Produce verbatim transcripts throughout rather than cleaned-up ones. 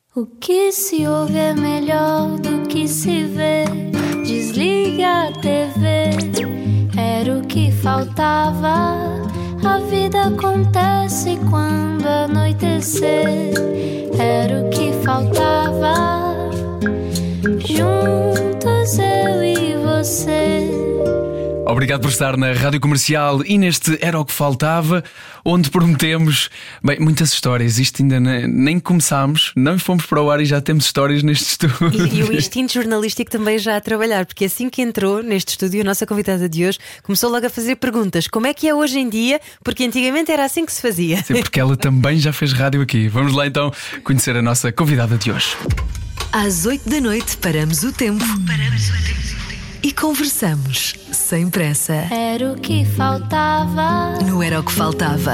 O que se ouve é melhor do que se vê. Desliga a T V, era o que faltava. A vida acontece quando anoitecer, era o que faltava. Juntos eu e você. Obrigado por estar na Rádio Comercial e neste Era o que Faltava, onde prometemos, bem, muitas histórias. Isto ainda nem, nem começámos, não fomos para o ar e já temos histórias neste estúdio. E, e o instinto jornalístico também já a trabalhar, porque assim que entrou neste estúdio, a nossa convidada de hoje começou logo a fazer perguntas. Como é que é hoje em dia? Porque antigamente era assim que se fazia. Sim, porque ela também já fez rádio aqui. Vamos lá então conhecer a nossa convidada de hoje. Às oito da noite paramos o tempo. Paramos o tempo. E conversamos sem pressa. Era o que faltava. No Era o que Faltava.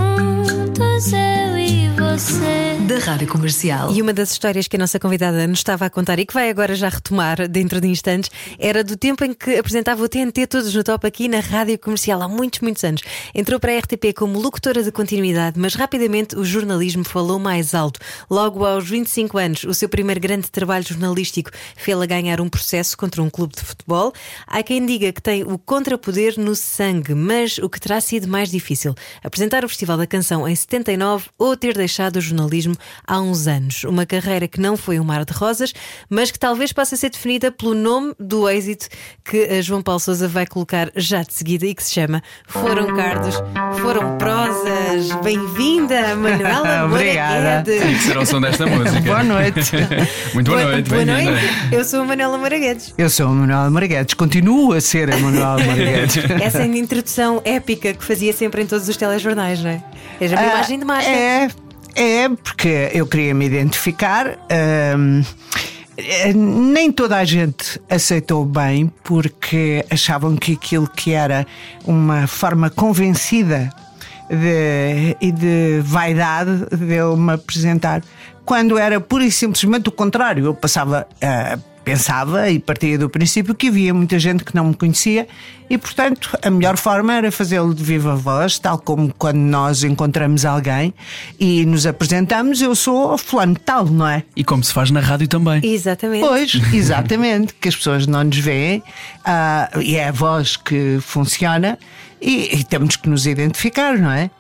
Juntos eu e você. Da Rádio Comercial. E uma das histórias que a nossa convidada nos estava a contar e que vai agora já retomar dentro de instantes era do tempo em que apresentava o T N T Todos no Top aqui na Rádio Comercial há muitos, muitos anos. Entrou para a R T P como locutora de continuidade, mas rapidamente o jornalismo falou mais alto. Logo aos vinte e cinco anos, o seu primeiro grande trabalho jornalístico fê-la ganhar um processo contra um clube de futebol. Há quem diga que tem o contrapoder no sangue, mas o que terá sido mais difícil? Apresentar o Festival da Canção em setenta e nove ou ter deixado o jornalismo há uns anos? Uma carreira que não foi um mar de rosas, mas que talvez possa ser definida pelo nome do êxito que a João Paulo Sousa vai colocar já de seguida e que se chama Foram Cardos, Foram Prosas. Bem-vinda, Manuela Moraguedes. Tem que ser ao som desta música. Boa noite. Muito boa, boa noite, boa bem-vinda. noite. Eu sou a Manuela Moraguedes. Eu sou a Manuela Moraguedes, continuo a ser a Manuela Moraguedes. Essa introdução épica que fazia sempre em todos os telejornais, não é? É já uma Ah, imagem de marca. É, é, porque eu queria me identificar. Ahm, eh, nem toda a gente aceitou bem, porque achavam que aquilo que era uma forma convencida de, e de vaidade de eu me apresentar, quando era pura e simplesmente o contrário. Eu passava a. Pensava e partia do princípio que havia muita gente que não me conhecia e, portanto, a melhor forma era fazê-lo de viva voz, tal como quando nós encontramos alguém e nos apresentamos. Eu sou fulano tal, não é? E como se faz na rádio também. Exatamente. Pois, exatamente, que as pessoas não nos veem, ah, e é a voz que funciona e, e temos que nos identificar, não é?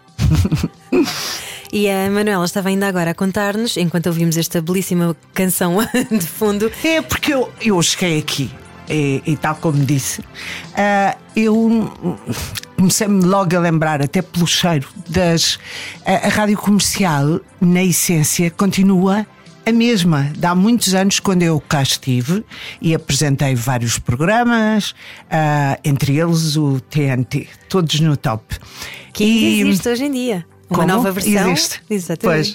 E a Manuela estava ainda agora a contar-nos, enquanto ouvimos esta belíssima canção de fundo. É porque eu, eu cheguei aqui e, e tal como disse, uh, eu comecei-me logo a lembrar, até pelo cheiro das. A, a Rádio Comercial, na essência, continua a mesma. De há muitos anos, quando eu cá estive e apresentei vários programas, uh, entre eles o T N T, Todos no Top. Que ainda existe hoje em dia. Uma Como? nova versão. Existe. Exatamente. Pois.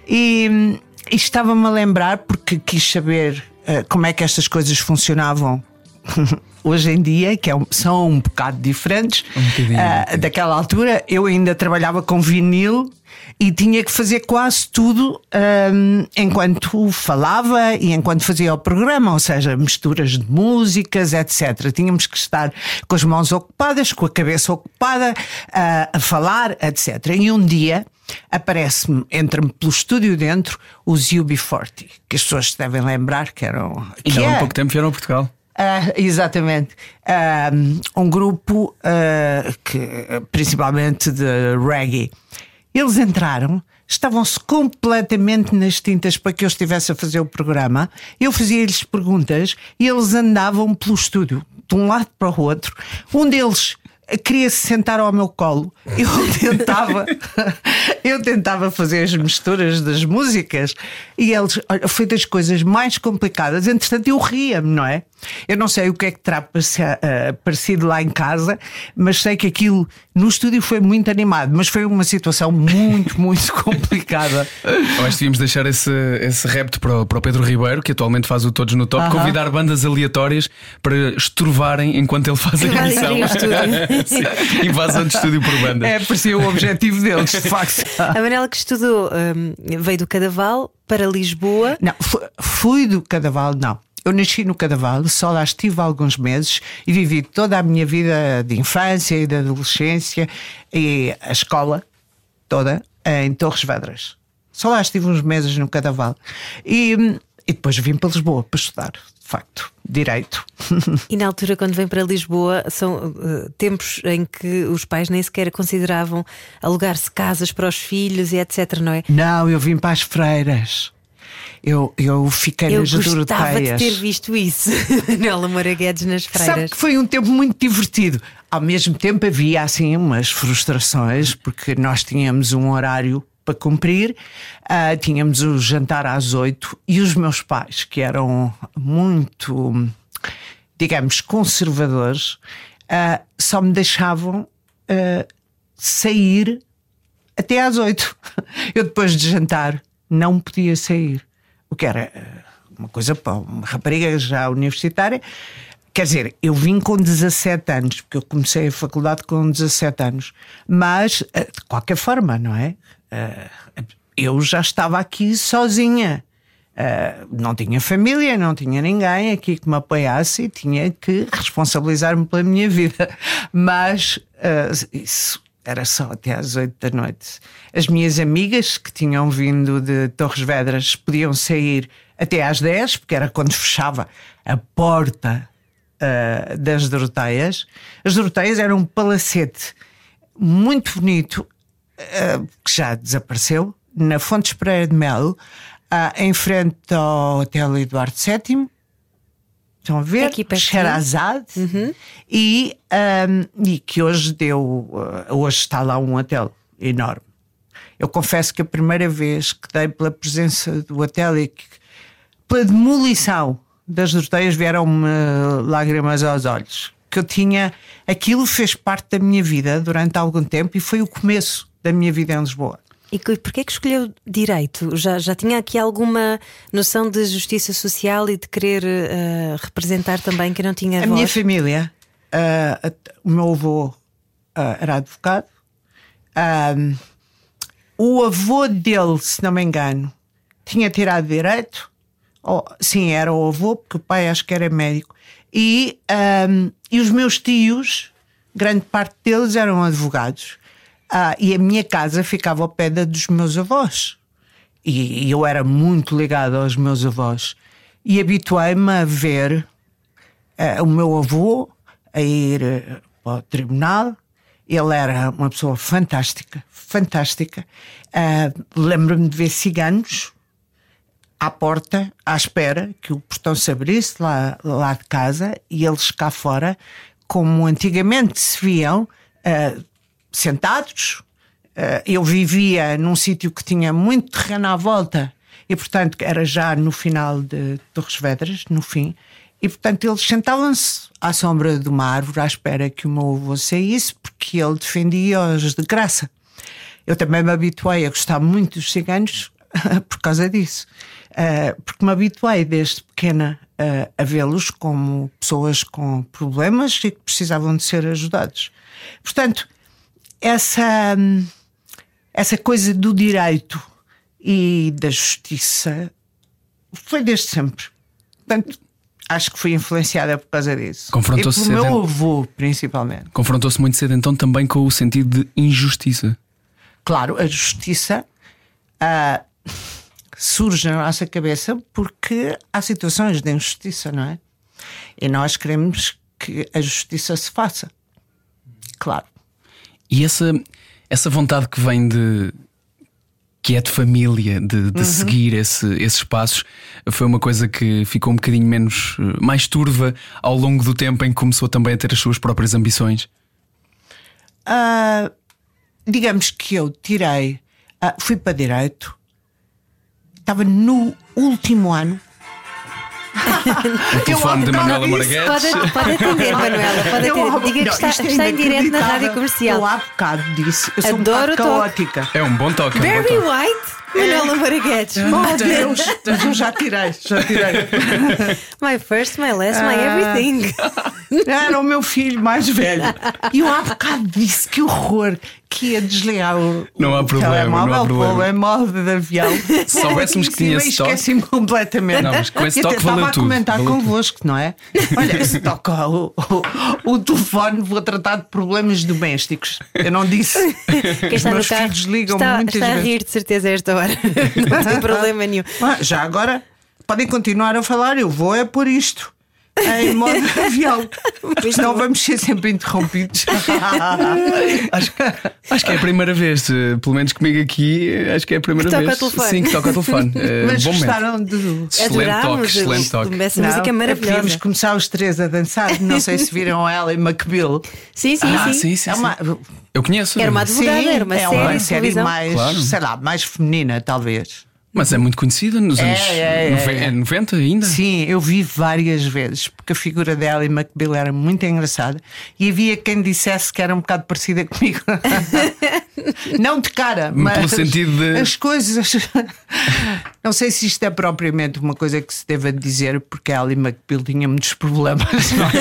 E, e estava-me a lembrar, porque quis saber uh, como é que estas coisas funcionavam hoje em dia, que é um, são um bocado diferentes. Um bocadinho. Uh, daquela altura eu ainda trabalhava com vinil e tinha que fazer quase tudo um, enquanto falava e enquanto fazia o programa, ou seja, misturas de músicas, etcétera. Tínhamos que estar com as mãos ocupadas, com a cabeça ocupada, uh, a falar, etcétera. E um dia aparece-me, entra-me pelo estúdio dentro, os U B quarenta, que as pessoas se devem lembrar que eram. E que há é, um pouco tempo vieram a Portugal. Uh, exatamente. Uh, um grupo uh, que, principalmente de reggae. Eles entraram, estavam-se completamente nas tintas para que eu estivesse a fazer o programa. Eu fazia-lhes perguntas e eles andavam pelo estúdio, de um lado para o outro. Um deles queria se sentar ao meu colo. Eu tentava Eu tentava fazer as misturas das músicas e eles, olha, foi das coisas mais complicadas. Entretanto eu ria-me, não é? Eu não sei o que é que terá parecido lá em casa, mas sei que aquilo no estúdio foi muito animado. Mas foi uma situação muito, muito complicada. Eu acho que devíamos deixar esse, esse repto para o, para o Pedro Ribeiro, que atualmente faz o Todos no Top, uh-huh. Convidar bandas aleatórias para estorvarem enquanto ele faz a emissão. Sim, invasão de estúdio por banda. É, parecia o objetivo deles, de facto. A Manela que estudou um, veio do Cadaval para Lisboa. Não, fui do Cadaval, não. Eu nasci no Cadaval, só lá estive há alguns meses e vivi toda a minha vida de infância e de adolescência e a escola toda em Torres Vedras. Só lá estive uns meses no Cadaval. E, e depois vim para Lisboa para estudar, de facto, direito. E na altura, quando vem para Lisboa, são uh, tempos em que os pais nem sequer consideravam alugar-se casas para os filhos e etc, não é? Não, eu vim para as Freiras. Eu, eu fiquei eu nas Doroteias. Eu gostava de ter visto isso, Manuela Moura Guedes nas Freiras. Sabe que foi um tempo muito divertido. Ao mesmo tempo havia assim umas frustrações, porque nós tínhamos um horário para cumprir, uh, tínhamos o jantar às oito e os meus pais, que eram muito, digamos, conservadores, uh, só me deixavam uh, sair até às oito. Eu depois de jantar não podia sair, o que era uma coisa para uma rapariga já universitária. Quer dizer, eu vim com dezassete anos, porque eu comecei a faculdade com dezassete anos, mas de qualquer forma, não é? Eu já estava aqui sozinha, não tinha família, não tinha ninguém aqui que me apoiasse e tinha que responsabilizar-me pela minha vida, mas isso era só até às oito da noite. As minhas amigas que tinham vindo de Torres Vedras podiam sair até às dez, porque era quando fechava a porta uh, das Doroteias. As Doroteias eram um palacete muito bonito, uh, que já desapareceu, na Fontes Pereira de Melo, uh, em frente ao Hotel Eduardo sétimo. Estão a ver? Sherazade. Uhum. E, um, e que hoje deu. Uh, hoje está lá um hotel enorme. Eu confesso que a primeira vez que dei pela presença do hotel e que, pela demolição das Doroteias, vieram-me lágrimas aos olhos. Que eu tinha. Aquilo fez parte da minha vida durante algum tempo e foi o começo da minha vida em Lisboa. E porquê que escolheu direito? Já, já tinha aqui alguma noção de justiça social e de querer uh, representar também quem não tinha a voz? A minha família, uh, o meu avô uh, era advogado, uh, o avô dele, se não me engano, tinha tirado direito. Oh, sim, era o avô, porque o pai acho que era médico. E, uh, e os meus tios, grande parte deles eram advogados. Ah, e a minha casa ficava ao pé da dos meus avós. E, e eu era muito ligado aos meus avós. E habituei-me a ver uh, o meu avô a ir uh, para o tribunal. Ele era uma pessoa fantástica, fantástica. Uh, lembro-me de ver ciganos à porta, à espera que o portão se abrisse lá, lá de casa, e eles cá fora, como antigamente se viam, uh, sentados. Eu vivia num sítio que tinha muito terreno à volta e, portanto, era já no final de Torres Vedras, no fim, e, portanto, eles sentavam-se à sombra de uma árvore à espera que o meu avô saísse, porque ele defendia-os de graça. Eu também me habituei a gostar muito dos ciganos por causa disso, porque me habituei desde pequena a vê-los como pessoas com problemas e que precisavam de ser ajudados. Portanto, Essa, essa coisa do direito e da justiça foi desde sempre. Portanto, acho que fui influenciada por causa disso. Confrontou-se e pelo cedo, meu avô, principalmente. Confrontou-se muito cedo então também com o sentido de injustiça. Claro, a justiça uh, surge na nossa cabeça porque há situações de injustiça, não é? E nós queremos que a justiça se faça. Claro. E essa, essa vontade que vem de. que é de família, de, de uhum. seguir esse, esses passos, foi uma coisa que ficou um bocadinho menos. mais turva ao longo do tempo em que começou também a ter as suas próprias ambições? Uh, digamos que eu tirei. Uh, fui para Direito, estava no último ano. O telefone de Manuela Moura Guedes. Pode, pode atender, Manuela. Pode atender. Diga que está, é está em direto na rádio comercial. Eu há bocado disse. Eu sou Adoro um bocado caótica. É um bom toque. Very é um bom toque. white, Manuela Moura Guedes. Oh Deus, eu já tirei, já tirei. My first, my last, my everything. Era o meu filho mais velho. E eu há bocado disse que horror, que ia desligar o, não há o problema, telemóvel, não há problema. o telemóvel de avião. Se soubéssemos que tinha esse toque. Esqueci-me completamente. Não, mas com esse eu toque valeu estava tudo. a comentar valeu convosco, tudo. Não é? Olha, se toca o, o, o telefone, vou tratar de problemas domésticos. Eu não disse. Quem está Os meus no carro filhos ligam está, muitas está a vezes. rir de certeza a esta hora. agora. Não tem problema nenhum. Ah, já agora podem continuar a falar, eu vou é por isto. Em modo avião. Pois não vamos ser sempre interrompidos. acho, acho que é a primeira vez, pelo menos comigo aqui, acho que é a primeira que vez. Toca o telefone. Sim, que toca o telefone. Mas bom gostaram de. Excelente toque, excelente toque. Essa música é maravilhosa. Podíamos começar os três a dançar. Não sei se viram ela e McBill. Sim, sim, ah, sim. sim, sim, é uma... Eu conheço. Era uma advogada, sim, era uma é série, uma de série televisão. mais, Claro. sei lá, mais feminina, talvez. Mas é muito conhecida nos É, anos é, é. noventa ainda? Sim, eu vi várias vezes, porque a figura dela e McBill era muito engraçada e havia quem dissesse que era um bocado parecida comigo. Não de cara, mas pelo sentido de... as coisas. Não sei se isto é propriamente uma coisa que se deva dizer, porque ela e McBill tinham muitos problemas, não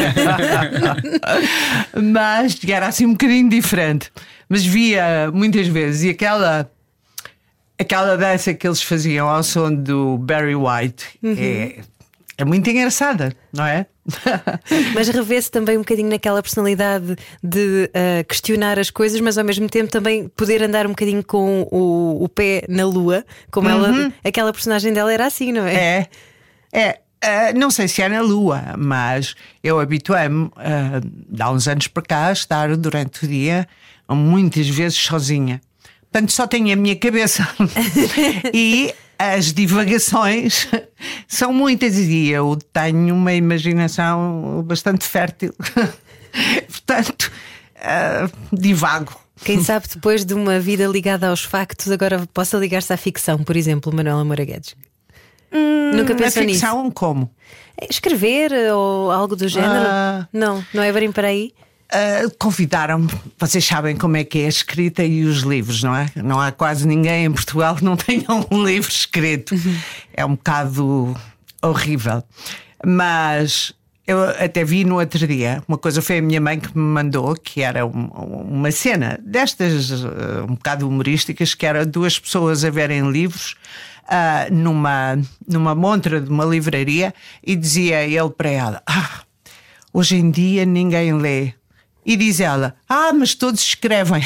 é? Mas era assim um bocadinho diferente. Mas via muitas vezes, e aquela. Aquela dança que eles faziam ao som do Barry White uhum. é, é muito engraçada, não é? Mas revê-se também um bocadinho naquela personalidade de uh, questionar as coisas, mas ao mesmo tempo também poder andar um bocadinho com o, o pé na lua, como uhum. ela, aquela personagem dela era assim, não é? É, é. Uh, não sei se é na lua, mas eu habituei-me uh, há uns anos para cá a estar durante o dia muitas vezes sozinha. Portanto, só tenho a minha cabeça e as divagações são muitas e eu tenho uma imaginação bastante fértil. Portanto, uh, divago. Quem sabe depois de uma vida ligada aos factos, agora possa ligar-se à ficção, por exemplo, Manuela Moura Guedes. Hum, Nunca pensou nisso? A ficção como? Escrever ou algo do género? Uh... Não, não é bem para aí? Uh, convidaram-me, vocês sabem como é que é a escrita e os livros, não é? Não há quase ninguém em Portugal que não tenha um livro escrito. Uhum. É um bocado horrível. Mas eu até vi no outro dia, uma coisa foi a minha mãe que me mandou, que era um, uma cena destas uh, um bocado humorísticas, que era duas pessoas a verem livros uh, numa, numa montra de uma livraria, e dizia ele para ela: ah, hoje em dia ninguém lê. E diz ela: ah, mas todos escrevem.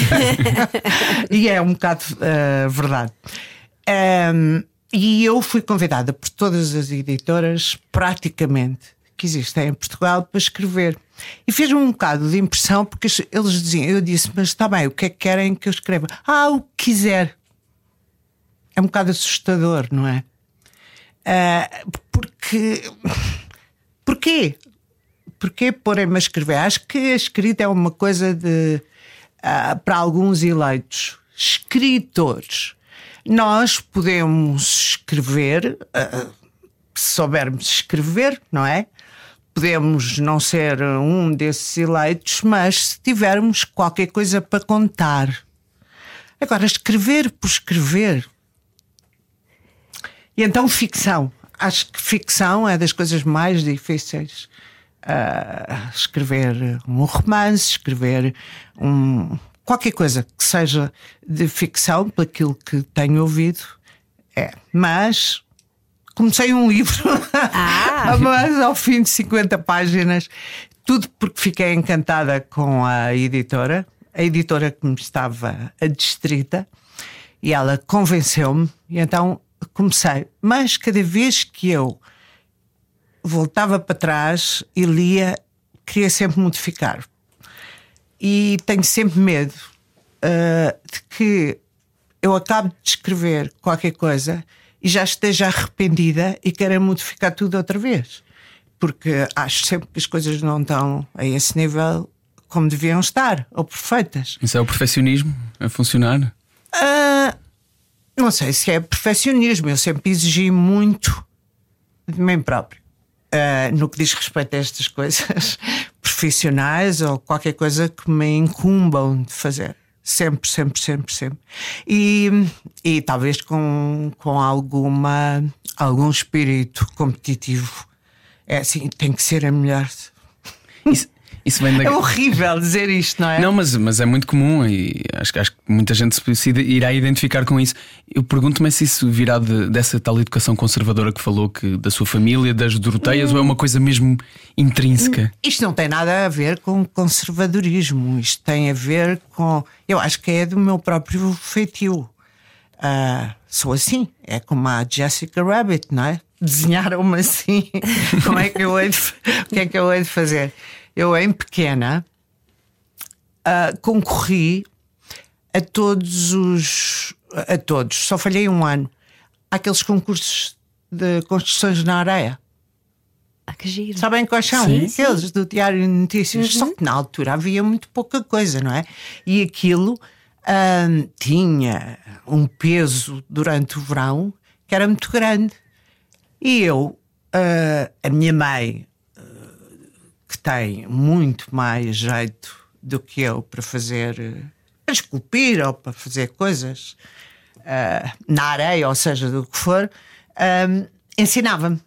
E é um bocado uh, verdade. Um, e eu fui convidada por todas as editoras, praticamente, que existem em Portugal, para escrever. E fez-me um bocado de impressão, porque eles diziam, eu disse: mas está bem, o que é que querem que eu escreva? Ah, o que quiser. É um bocado assustador, não é? Uh, porque... Porquê? Porquê porem-me a escrever? Acho que a escrita é uma coisa de uh, para alguns eleitos escritores. Nós podemos escrever, uh, se soubermos escrever, não é? Podemos não ser um desses eleitos, mas se tivermos qualquer coisa para contar. Agora, escrever por escrever. E então, ficção. Acho que ficção é das coisas mais difíceis. Uh, escrever um romance, escrever um, qualquer coisa que seja de ficção, pelo aquilo que tenho ouvido, é. Mas comecei um livro, ah. mas ao fim de cinquenta páginas, tudo porque fiquei encantada com a editora, a editora que me estava adstrita, e ela convenceu-me, e então comecei. Mas cada vez que eu voltava para trás e lia, queria sempre modificar. E tenho sempre medo uh, de que eu acabe de escrever qualquer coisa e já esteja arrependida e queira modificar tudo outra vez. Porque acho sempre que as coisas não estão a esse nível como deviam estar, ou perfeitas. Isso é o perfeccionismo a funcionar? Uh, não sei se é perfeccionismo. Eu sempre exigi muito de mim próprio. Uh, no que diz respeito a estas coisas profissionais ou qualquer coisa que me incumbam de fazer. Sempre, sempre, sempre, sempre. E, e talvez com, com alguma, algum espírito competitivo. É assim, tem que ser a melhor. Isso, isso vem da... É horrível dizer isto, não é? Não, mas, mas é muito comum e acho, acho que muita gente se irá identificar com isso. Eu pergunto-me se isso virá de, dessa tal educação conservadora que falou, que da sua família, das Doroteias, hum. ou é uma coisa mesmo intrínseca? Isto não tem nada a ver com conservadorismo. Isto tem a ver com... Eu acho que é do meu próprio feitio. Uh, sou assim, é como a Jessica Rabbit, não é? Desenharam-me assim. Como é que eu hei de, o que é que eu hei de fazer? Eu, em pequena, uh, concorri a todos os. A todos, só falhei um ano. Aqueles concursos de construções na areia. Ah, que giro. Sabem quais são? Sim, Aqueles sim. do Diário de Notícias. Uhum. Só que na altura havia muito pouca coisa, não é? E aquilo hum, tinha um peso durante o verão que era muito grande. E eu, uh, a minha mãe, uh, que tem muito mais jeito do que eu para fazer, uh, para esculpir ou para fazer coisas uh, na areia, ou seja, do que for, um, ensinava-me.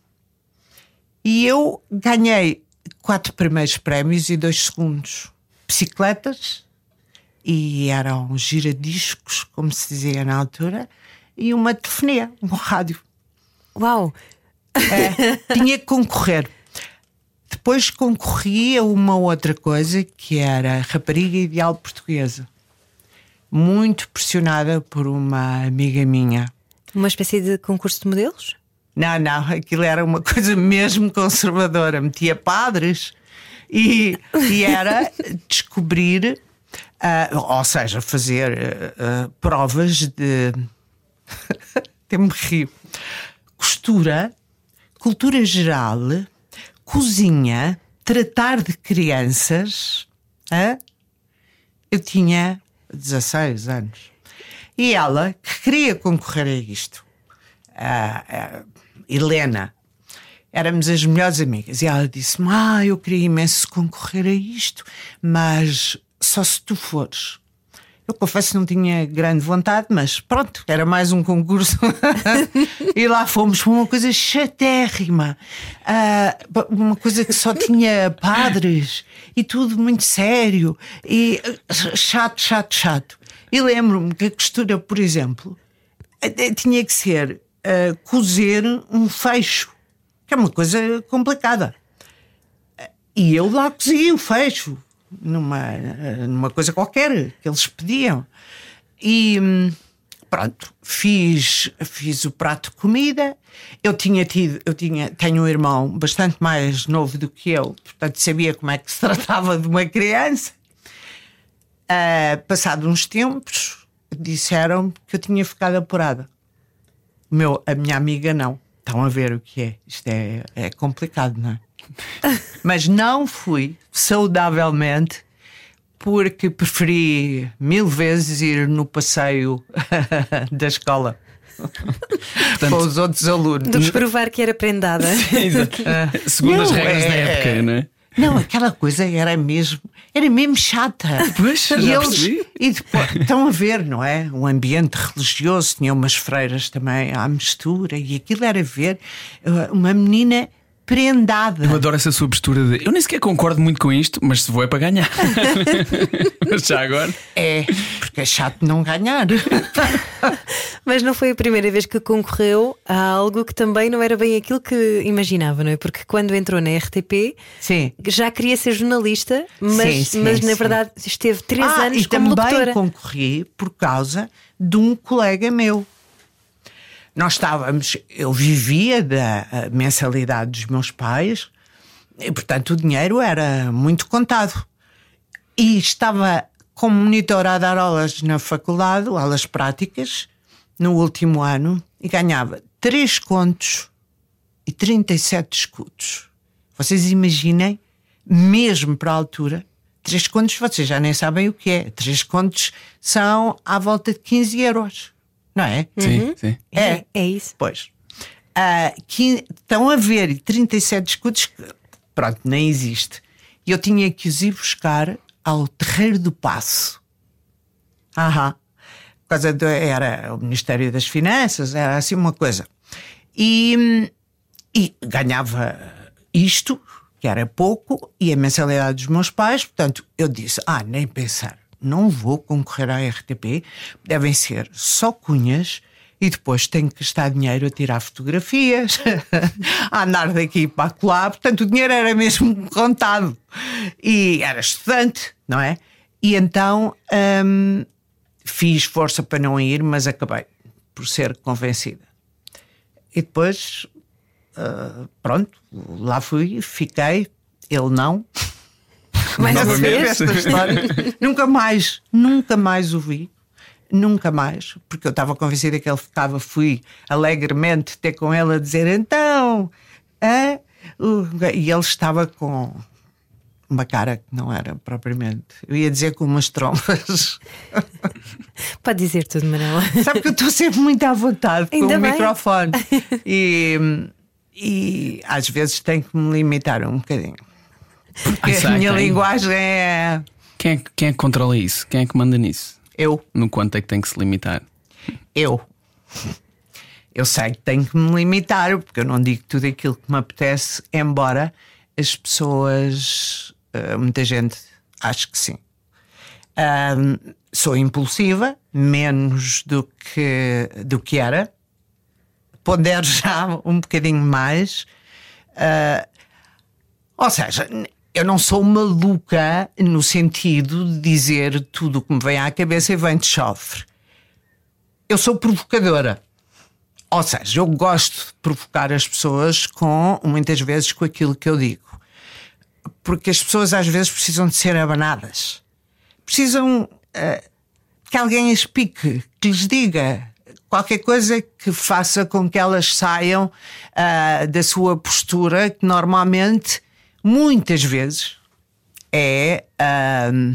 E eu ganhei quatro primeiros prémios e dois segundos. Bicicletas, e eram giradiscos, como se dizia na altura, e uma telefonia, um rádio. Uau! É, tinha que concorrer. Depois concorri a uma outra coisa, que era a Rapariga Ideal Portuguesa. Muito pressionada por uma amiga minha. Uma espécie de concurso de modelos? Não, não, aquilo era uma coisa mesmo conservadora. Metia padres e, e era descobrir, uh, ou seja, fazer uh, uh, provas de. Até me rio. Costura, cultura geral, cozinha, tratar de crianças. Uh? Eu tinha dezasseis anos. E ela, que queria concorrer a isto, uh, uh, Helena, éramos as melhores amigas, e ela disse-me: ah, eu queria imenso concorrer a isto, mas só se tu fores. Eu confesso que não tinha grande vontade, mas pronto, era mais um concurso. E lá fomos para uma coisa chatérrima, uh, uma coisa que só tinha padres e tudo muito sério e chato, chato, chato. E lembro-me que a costura, por exemplo, tinha que ser Uh, cozer um fecho, que é uma coisa complicada. E eu lá cozi o fecho numa, numa coisa qualquer que eles pediam. E pronto, fiz, fiz o prato de comida. Eu tinha tido, eu tinha, tenho um irmão bastante mais novo do que eu, portanto sabia como é que se tratava de uma criança. Uh, passado uns tempos, disseram-me que eu tinha ficado apurada. Meu, a minha amiga não. Estão a ver o que é. Isto é, é complicado, não é? Mas não fui saudavelmente, porque preferi mil vezes ir no passeio da escola. Portanto, com os outros alunos. Do que provar que era prendada. Sim, exato. Uh, Segundo não, as regras é, da época, é, não é? Não, aquela coisa era mesmo, era mesmo chata. Pois, já e eles, percebi. E depois, estão a ver, não é? Um ambiente religioso, tinha umas freiras também à mistura, e aquilo era ver uma menina prendada. Eu adoro essa sua postura de eu nem sequer concordo muito com isto, mas se vou é para ganhar. Mas já agora. É, porque é chato não ganhar. Mas não foi a primeira vez que concorreu a algo que também não era bem aquilo que imaginava, não é? Porque quando entrou na R T P, sim, já queria ser jornalista, mas, sim, sim, mas sim. na verdade esteve três ah, anos e como também locutora. Concorri por causa de um colega meu. Nós estávamos, eu vivia da mensalidade dos meus pais e, portanto, o dinheiro era muito contado. E estava como monitora a dar aulas na faculdade, aulas práticas, no último ano, e ganhava três contos e trinta e sete escudos. Vocês imaginem, mesmo para a altura, três contos, vocês já nem sabem o que é. Três contos são à volta de quinze euros. Não é? Sim, uhum. sim. É, é isso. Pois. Uh, que estão a ver trinta e sete escudos que, pronto, nem existe. E eu tinha que os ir buscar ao Terreiro do Paço. Aham. Por causa do, era o Ministério das Finanças, era assim uma coisa. E, e ganhava isto, que era pouco, e a mensalidade dos meus pais. Portanto, eu disse, ah, nem pensar. Não vou concorrer à R T P, devem ser só cunhas e depois tenho que gastar dinheiro a tirar fotografias, a andar daqui para lá. Portanto, o dinheiro era mesmo contado. E era estudante, não é? E então hum, fiz força para não ir, mas acabei. por ser convencida. E depois, uh, pronto, lá fui, fiquei, ele não. Mas a saber esta história. Nunca mais, nunca mais o vi. Nunca mais, porque eu estava convencida que ele ficava. Fui alegremente ter com ele a dizer: então, é? E ele estava com uma cara que não era propriamente, eu ia dizer com umas trompas. Pode dizer tudo, Manela. Sabe que eu estou sempre muito à vontade com Ainda o bem. microfone e, e às vezes tenho que me limitar um bocadinho, porque Ah, a sei, minha tem. linguagem é Quem é, que- quem é que controla isso? Quem é que manda nisso? eu, No quanto é que tem que se limitar? eu. Eu sei que tenho que me limitar, porque eu não digo tudo aquilo que me apetece, embora as pessoas, uh, muita gente, acho que sim. Um, sou impulsiva, menos do que, do que era. Pondero já um bocadinho mais. Uh, ou seja, eu não sou maluca no sentido de dizer tudo o que me vem à cabeça e vem de chofre. Eu sou provocadora. Ou seja, eu gosto de provocar as pessoas com, muitas vezes, com aquilo que eu digo. Porque as pessoas às vezes precisam de ser abanadas. Precisam uh, que alguém as pique, que lhes diga qualquer coisa que faça com que elas saiam uh, da sua postura, que normalmente, muitas vezes, é, uh,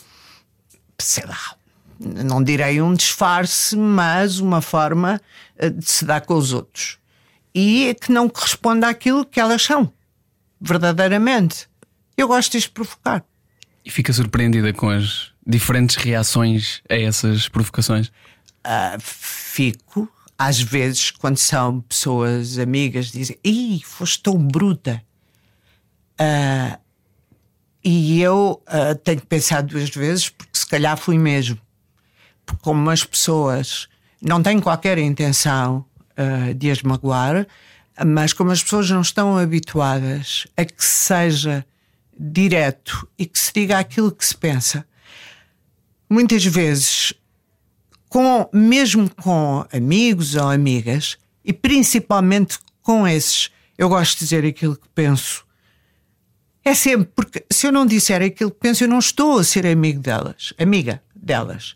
sei lá, não direi um disfarce, mas uma forma de se dar com os outros. E que não corresponde àquilo que elas são, verdadeiramente. Eu gosto de as provocar. E fica surpreendida com as diferentes reações a essas provocações? Uh, fico, às vezes, quando são pessoas amigas, dizem: ih, foste tão bruta. Uh, e eu uh, tenho que pensar duas vezes, porque se calhar fui mesmo. Porque como as pessoas não têm qualquer intenção uh, de as magoar, mas como as pessoas não estão habituadas a que seja direto e que se diga aquilo que se pensa, muitas vezes, com, mesmo com amigos ou amigas, e principalmente com esses, eu gosto de dizer aquilo que penso. É sempre, porque se eu não disser aquilo que penso, eu não estou a ser amigo delas, amiga delas.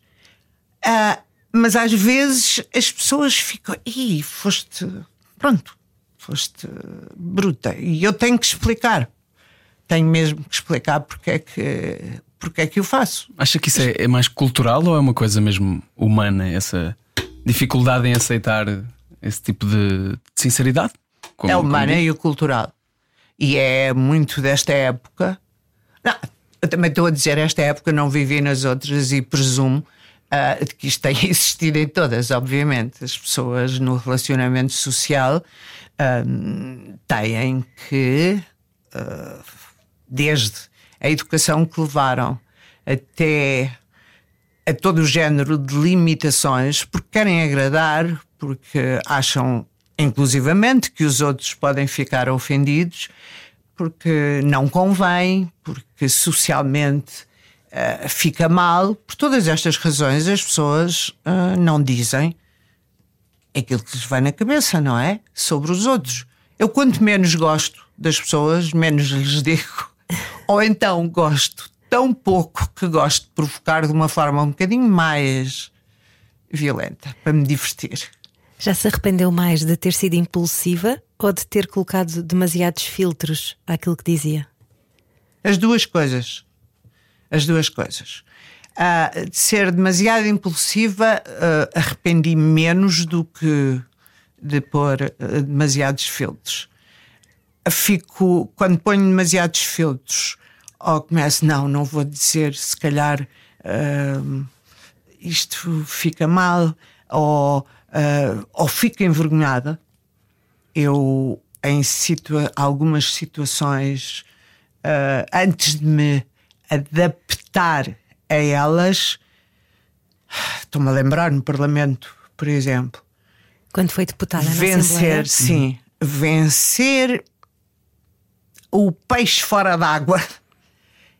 Uh, mas às vezes as pessoas ficam: ih, foste, pronto, foste bruta. E eu tenho que explicar, tenho mesmo que explicar porque é que, porque é que eu faço. Acha que isso é, é mais cultural ou é uma coisa mesmo humana, essa dificuldade em aceitar esse tipo de, de sinceridade? Como, É humana como e o cultural. E é muito desta época. Não, eu também estou a dizer esta época, não vivi nas outras e presumo Uh, de que isto tem existido em todas, obviamente. As pessoas no relacionamento social uh, têm que, uh, desde a educação que levaram até a todo o género de limitações, porque querem agradar, porque acham, inclusivamente, que os outros podem ficar ofendidos, porque não convém, porque socialmente Uh, fica mal. Por todas estas razões, as pessoas uh, não dizem aquilo que lhes vai na cabeça, não é? Sobre os outros. Eu, quanto menos gosto das pessoas, menos lhes digo. Ou então gosto tão pouco que gosto de provocar de uma forma um bocadinho mais violenta, para me divertir. Já se arrependeu mais de ter sido impulsiva ou de ter colocado demasiados filtros àquilo que dizia? As duas coisas. As duas coisas. Uh, de ser demasiado impulsiva, uh, arrependi menos do que de pôr uh, demasiados filtros. Fico, quando ponho demasiados filtros, ou começo, não, não vou dizer, se calhar uh, isto fica mal, ou, uh, ou fico envergonhada. Eu, em situa- algumas situações, uh, antes de me adaptar a elas, estou-me a lembrar no Parlamento, por exemplo, quando foi deputada na vencer, Assembleia? sim, vencer o peixe fora d'água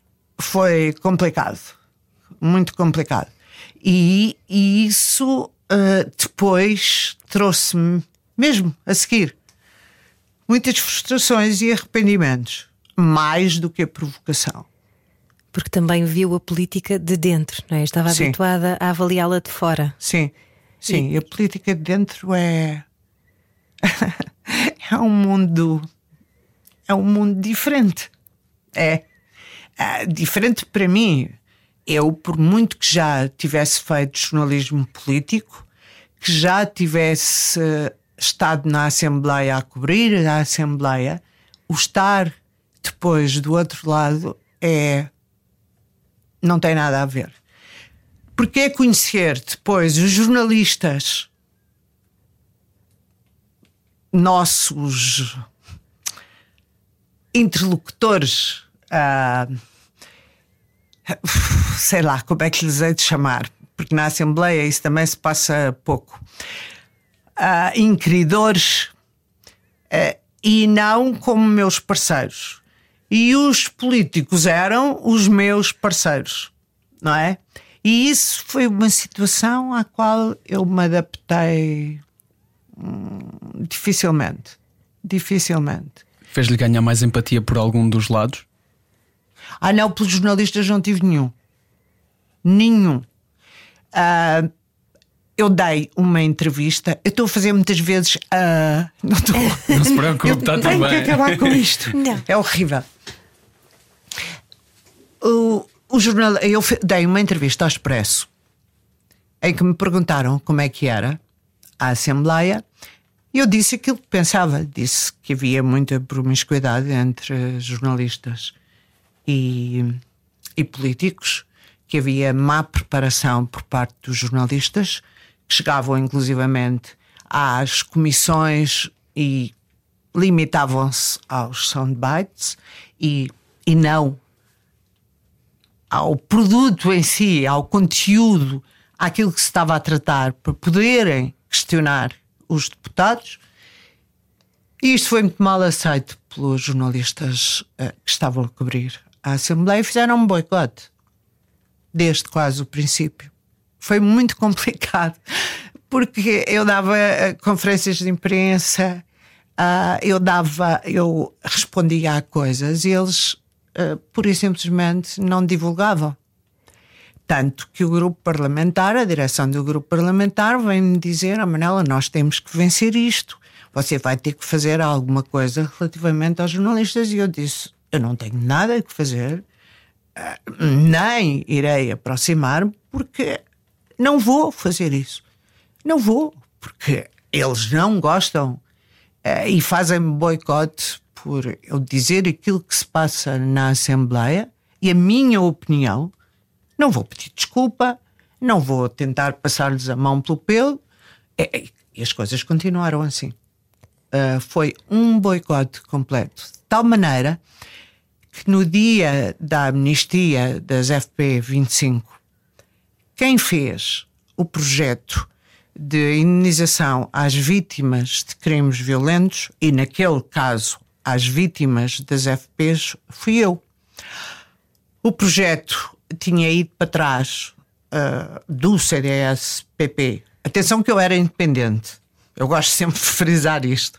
foi complicado, muito complicado. E, e isso uh, depois trouxe-me, mesmo a seguir, muitas frustrações e arrependimentos, mais do que a provocação. Porque também viu a política de dentro, não é? Estava Sim. habituada a avaliá-la de fora. Sim, sim, e... a política de dentro é é um mundo é um mundo diferente. É, é diferente para mim. Eu, por muito que já tivesse feito jornalismo político, que já tivesse estado na Assembleia a cobrir a Assembleia, o estar depois do outro lado é não tem nada a ver. Porque é conhecer depois os jornalistas nossos interlocutores, uh, sei lá como é que lhes hei de chamar, porque na Assembleia isso também se passa pouco, uh, inquiridores, uh, e não como meus parceiros. E os políticos eram os meus parceiros, não é? E isso foi uma situação à qual eu me adaptei hum, dificilmente. Dificilmente. Fez-lhe ganhar mais empatia por algum dos lados? Ah, não, pelos jornalistas não tive nenhum. Nenhum. Uh, eu dei uma entrevista. Eu estou a fazer muitas vezes. Uh, não, estou... não se preocupe, está tudo bem. Tenho que acabar com isto. Não. É horrível. O, o jornal, eu dei uma entrevista ao Expresso em que me perguntaram como é que era a Assembleia. E eu disse aquilo que pensava. Disse que havia muita promiscuidade entre jornalistas e, e políticos, que havia má preparação por parte dos jornalistas, que chegavam inclusivamente às comissões e limitavam-se aos soundbites e, e não ao produto em si, ao conteúdo, àquilo que se estava a tratar, para poderem questionar os deputados. E isto foi muito mal aceito pelos jornalistas uh, que estavam a cobrir a Assembleia e fizeram um boicote desde quase o princípio. Foi muito complicado, porque eu dava uh, conferências de imprensa, uh, eu dava, eu respondia a coisas e eles uh, pura e simplesmente não divulgavam. Tanto que o grupo parlamentar, a direção do grupo parlamentar, vem-me dizer: oh, Manela, nós temos que vencer isto. Você vai ter que fazer alguma coisa relativamente aos jornalistas. E eu disse: eu não tenho nada que fazer, nem irei aproximar-me, porque não vou fazer isso. Não vou, porque eles não gostam e fazem-me boicote por eu dizer aquilo que se passa na Assembleia e a minha opinião. Não vou pedir desculpa, não vou tentar passar-lhes a mão pelo pelo. E, e as coisas continuaram assim. Uh, foi um boicote completo. De tal maneira que no dia da amnistia das F P vinte e cinco, quem fez o projeto de indenização às vítimas de crimes violentos, e naquele caso às vítimas das F Ps, fui eu. O projeto tinha ido para trás uh, do C D S P P. Atenção que eu era independente. Eu gosto sempre de frisar isto.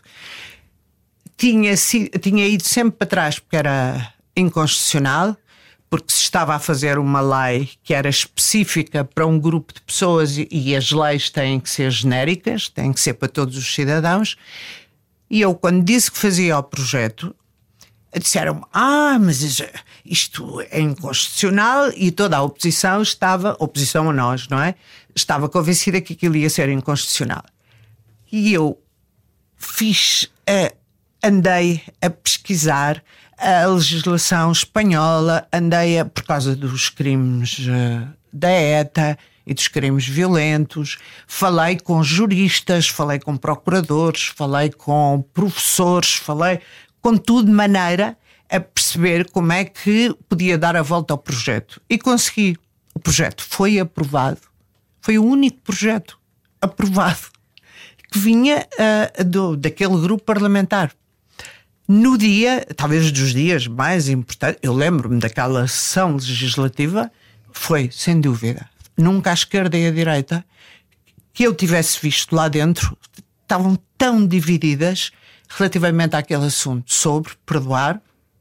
Tinha, tinha ido sempre para trás porque era inconstitucional, porque se estava a fazer uma lei que era específica para um grupo de pessoas e, e as leis têm que ser genéricas, têm que ser para todos os cidadãos. E eu, quando disse que fazia o projeto, disseram-me: ah, mas isto é inconstitucional, e toda a oposição estava, oposição a nós, não é? Estava convencida que aquilo ia ser inconstitucional. E eu fiz, uh, andei a pesquisar a legislação espanhola, andei a, por causa dos crimes uh, da ETA e dos crimes violentos, falei com juristas, falei com procuradores, falei com professores, falei com tudo de maneira a perceber como é que podia dar a volta ao projeto. E consegui. O projeto foi aprovado. Foi o único projeto aprovado que vinha uh, do, daquele grupo parlamentar. No dia, talvez dos dias mais importantes, eu lembro-me daquela sessão legislativa, foi, sem dúvida, nunca à esquerda e à direita, que eu tivesse visto lá dentro estavam tão divididas relativamente àquele assunto sobre perdoar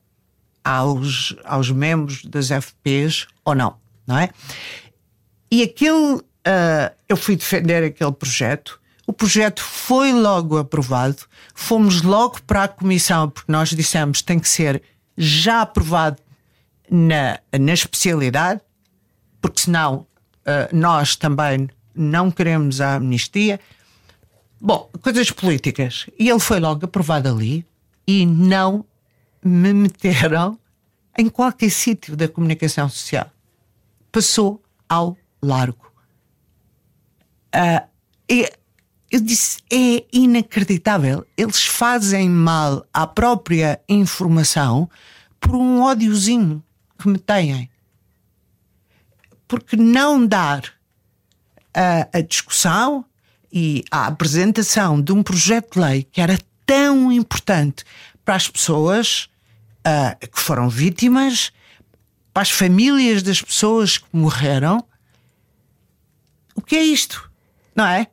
aos, aos membros das F Ps ou não, não é? E aquele, uh, eu fui defender aquele projeto. O projeto foi logo aprovado. Fomos logo para a comissão, porque nós dissemos que tem que ser já aprovado na, na especialidade, porque senão uh, nós também não queremos a amnistia. Bom, coisas políticas. E ele foi logo aprovado ali e não me meteram em qualquer sítio da comunicação social. Passou ao largo. Uh, e eu disse, é inacreditável. Eles fazem mal à própria informação por um ódiozinho que me têm. Porque não dar a, a discussão e a apresentação de um projeto de lei que era tão importante para as pessoas uh, que foram vítimas, para as famílias das pessoas que morreram. O que é isto? Não é?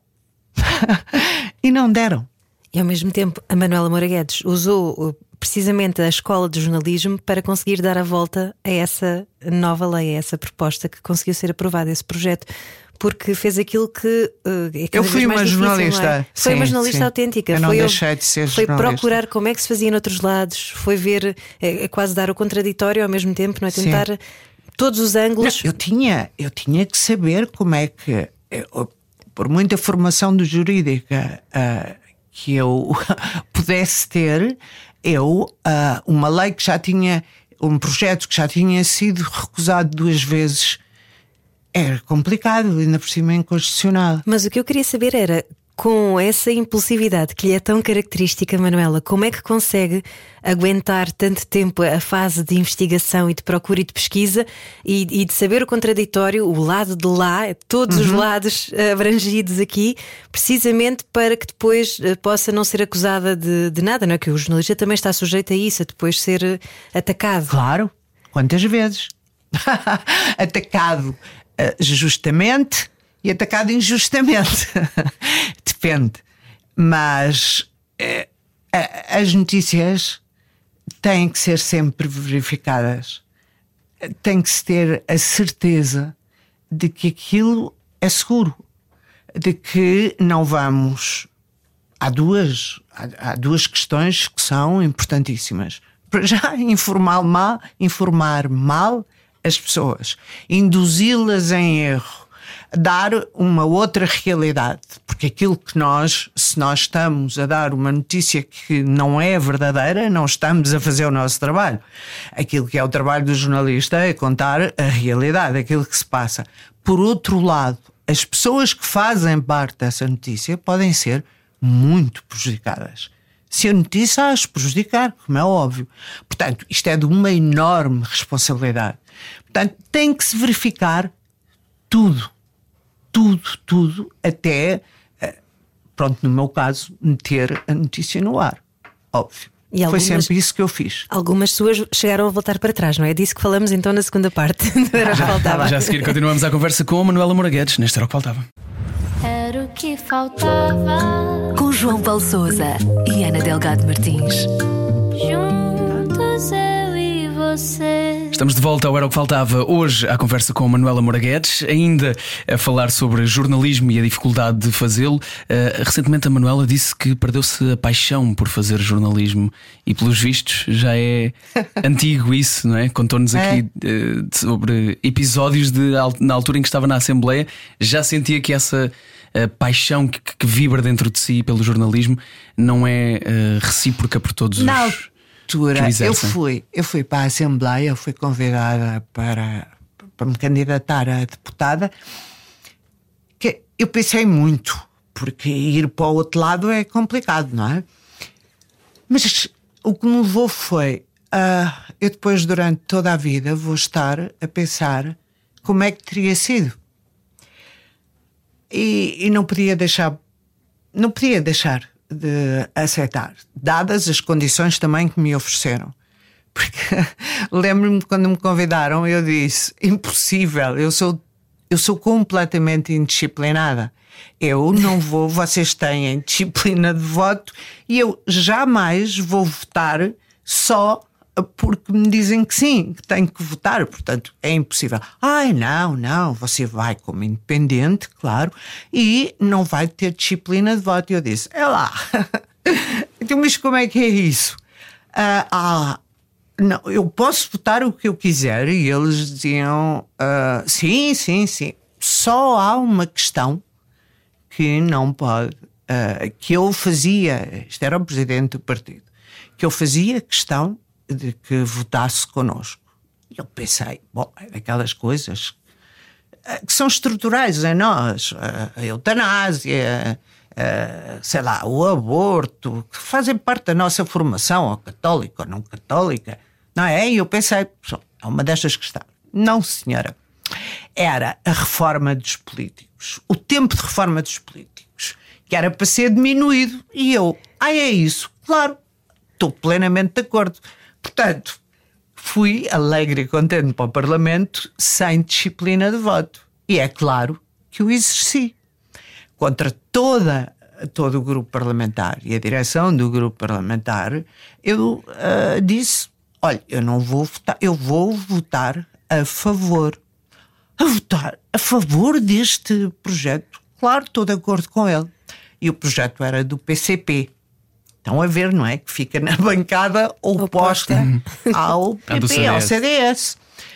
E não deram. E ao mesmo tempo a Manuela Moura Guedes usou precisamente a escola de jornalismo para conseguir dar a volta a essa nova lei, a essa proposta que conseguiu ser aprovada, esse projeto, porque fez aquilo que uh, é eu fui uma difícil, jornalista é? Foi sim, uma jornalista sim. autêntica. Eu não foi, deixei de ser foi jornalista. Procurar como é que se fazia noutros lados, foi ver, é, é quase dar o contraditório ao mesmo tempo, não é? Tentar sim. todos os ângulos. Não, eu, tinha, eu tinha que saber como é que, eu, por muita formação do jurídica uh, que eu pudesse ter, eu, uh, uma lei que já tinha, um projeto que já tinha sido recusado duas vezes, era complicado, ainda por cima inconstitucional. Mas o que eu queria saber era, com essa impulsividade que lhe é tão característica, Manuela, como é que consegue aguentar tanto tempo a fase de investigação e de procura e de pesquisa e, e de saber o contraditório, o lado de lá, todos uhum. os lados abrangidos aqui, precisamente para que depois possa não ser acusada de, de nada, não é? Que o jornalista também está sujeito a isso, a depois ser atacado. Claro, quantas vezes? Atacado justamente e atacado injustamente. Depende. Mas eh, as notícias têm que ser sempre verificadas. Tem que se ter a certeza de que aquilo é seguro, de que não vamos. Há duas, há, há duas questões que são importantíssimas. Para já, informar mal, informar mal as pessoas, induzi-las em erro, dar uma outra realidade, porque aquilo que nós, se nós estamos a dar uma notícia que não é verdadeira, não estamos a fazer o nosso trabalho. Aquilo que é o trabalho do jornalista é contar a realidade, aquilo que se passa. Por outro lado, as pessoas que fazem parte dessa notícia podem ser muito prejudicadas. Se a notícia as prejudicar, como é óbvio. Portanto, isto é de uma enorme responsabilidade. Portanto, tem que se verificar tudo. Tudo, tudo, até, pronto, no meu caso, meter a notícia no ar. Óbvio. E algumas, foi sempre isso que eu fiz. Algumas suas chegaram a voltar para trás, não é? Disso que falamos então na segunda parte. Era o que faltava. Já a seguir continuamos a conversa com a Manuela Moura Guedes. Neste era o que faltava. Era o que faltava. Com João Paulo Sousa e Ana Delgado Martins. Juntos eu e você. Estamos de volta ao Era o que Faltava. Hoje à conversa com a Manuela Moura Guedes, ainda a falar sobre jornalismo e a dificuldade de fazê-lo. Uh, recentemente a Manuela disse que perdeu-se a paixão por fazer jornalismo e, pelos vistos, já é antigo isso, não é? Contou-nos aqui uh, sobre episódios de, na altura em que estava na Assembleia. Já sentia que essa uh, paixão que, que vibra dentro de si pelo jornalismo não é uh, recíproca por todos não. os... Eu fui, eu fui para a Assembleia, eu fui convidada para, para me candidatar a deputada. Que eu pensei muito, porque ir para o outro lado é complicado, não é? Mas o que me levou foi uh, eu depois, durante toda a vida, vou estar a pensar como é que teria sido. E, e não podia deixar, não podia deixar de aceitar, dadas as condições também que me ofereceram. Porque lembro-me quando me convidaram, eu disse: impossível, eu sou Eu sou completamente indisciplinada. Eu não vou, vocês têm disciplina de voto e eu jamais vou votar só porque me dizem que sim, que tenho que votar. Portanto, é impossível. Ai, não, não, você vai como independente, claro, e não vai ter disciplina de voto. E eu disse, é lá. Então, mas como é que é isso? Ah, ah, não, eu posso votar o que eu quiser. E eles diziam, ah, sim, sim, sim. Só há uma questão que não pode, uh, que eu fazia, isto era o presidente do partido, que eu fazia questão de que votasse connosco. E eu pensei, bom, é daquelas coisas uh, que são estruturais em nós, uh, a eutanásia, uh, sei lá, o aborto, que fazem parte da nossa formação, ou católica ou não católica, não é? E eu pensei, é uma destas questões. Não, senhora. Era a reforma dos políticos, o tempo de reforma dos políticos, que era para ser diminuído. E eu, ah, é isso? Claro, estou plenamente de acordo. Portanto, fui alegre e contente para o Parlamento sem disciplina de voto. E é claro que o exerci. Contra toda, todo o grupo parlamentar e a direção do grupo parlamentar, eu uh, disse, olha, eu não vou votar, eu vou votar a favor. A votar a favor deste projeto. Claro, estou de acordo com ele. E o projeto era do P C P. Estão a ver, não é? Que fica na bancada oposta ao P P, ao C D S.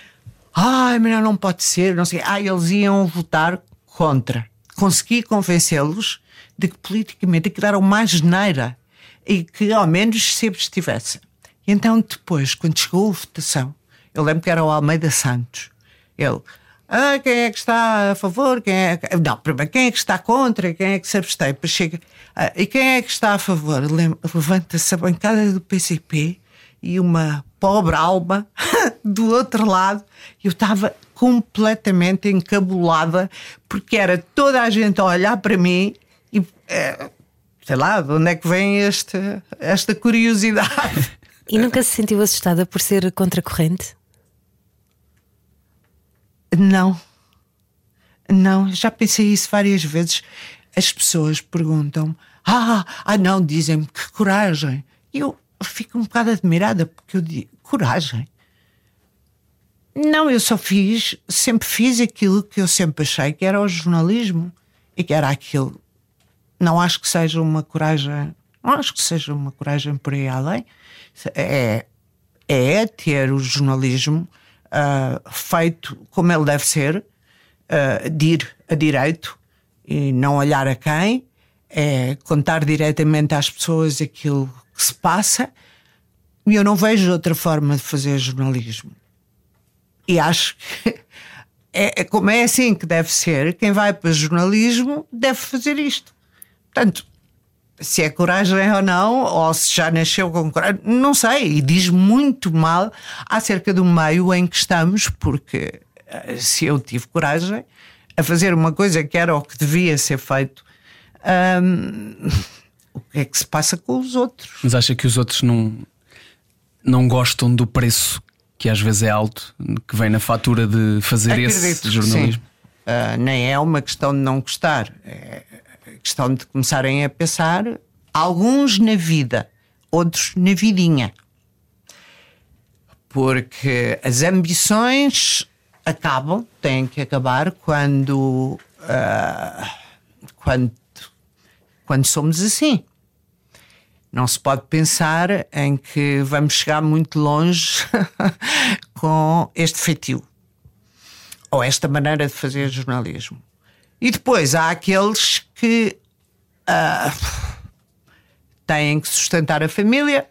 Ai, mas não pode ser, não sei. Ah, eles iam votar contra. Consegui convencê-los de que politicamente aquilo era uma geneira e que ao menos se abstivessem. E então depois, quando chegou a votação, eu lembro que era o Almeida Santos. Ele... Ah, quem é que está a favor? Quem é que... Não, primeiro, quem é que está contra? Quem é que se abstém? Depois chega... Ah, e quem é que está a favor? Levanta-se a bancada do P C P e uma pobre alma do outro lado. Eu estava completamente encabulada porque era toda a gente a olhar para mim e... É, sei lá, de onde é que vem este, esta curiosidade? E nunca se sentiu assustada por ser contracorrente? Não, não, já pensei isso várias vezes. As pessoas perguntam, ah, ah não, dizem-me que coragem. E eu fico um bocado admirada porque eu digo, coragem? Não, eu só fiz, sempre fiz aquilo que eu sempre achei que era o jornalismo e que era aquilo. Não acho que seja uma coragem, não acho que seja uma coragem por aí além. É, é ter o jornalismo Uh, feito como ele deve ser, uh, de ir a direito e não olhar a quem, é contar diretamente às pessoas aquilo que se passa. E eu não vejo outra forma de fazer jornalismo. E acho que é, é como é assim que deve ser. Quem vai para jornalismo deve fazer isto. Portanto, se é coragem ou não, ou se já nasceu com coragem, não sei. E diz muito mal acerca do meio em que estamos, porque se eu tive coragem a fazer uma coisa que era o que devia ser feito, hum, o que é que se passa com os outros? Mas acha que os outros não, não gostam do preço, que às vezes é alto, que vem na fatura de fazer Acredito, esse jornalismo? Uh, nem é uma questão de não gostar, é questão de começarem a pensar, alguns na vida, outros na vidinha. Porque as ambições acabam, têm que acabar quando, uh, quando, quando somos assim. Não se pode pensar em que vamos chegar muito longe com este feitio ou esta maneira de fazer jornalismo. E depois há aqueles que uh, têm que sustentar a família,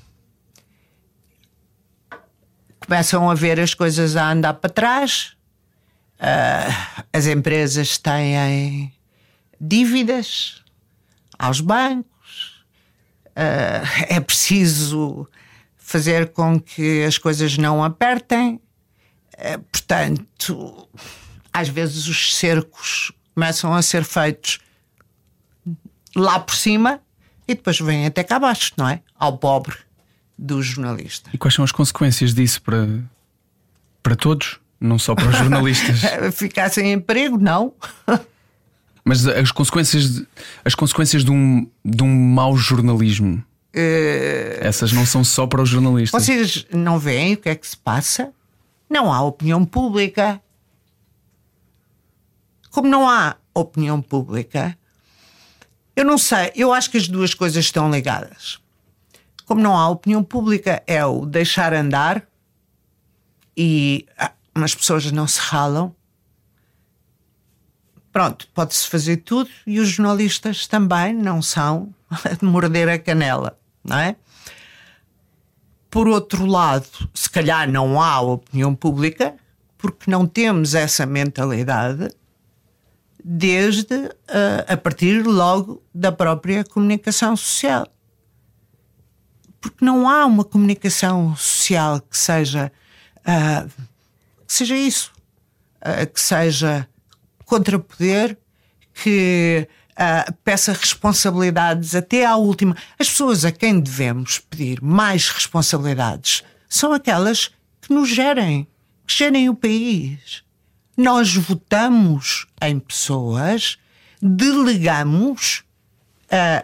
começam a ver as coisas a andar para trás, uh, as empresas têm dívidas aos bancos, uh, é preciso fazer com que as coisas não apertem, uh, portanto, às vezes os cercos começam a ser feitos lá por cima e depois vêm até cá abaixo, não é? Ao pobre do jornalista. E quais são as consequências disso para, para todos? Não só para os jornalistas. Ficar sem emprego, não. Mas as consequências de, as consequências de um, de um mau jornalismo, uh... essas não são só para os jornalistas. Vocês não veem o que é que se passa? Não há opinião pública. Como não há opinião pública, eu não sei, eu acho que as duas coisas estão ligadas. Como não há opinião pública, é o deixar andar e ah, as pessoas não se ralam. Pronto, pode-se fazer tudo e os jornalistas também não são de morder a canela, não é? Por outro lado, se calhar não há opinião pública porque não temos essa mentalidade desde uh, a partir logo da própria comunicação social. Porque não há uma comunicação social que seja uh, que seja isso, uh, que seja contra poder, que uh, peça responsabilidades até à última. As pessoas a quem devemos pedir mais responsabilidades são aquelas que nos gerem, que gerem o país. Nós votamos em pessoas, delegamos, uh,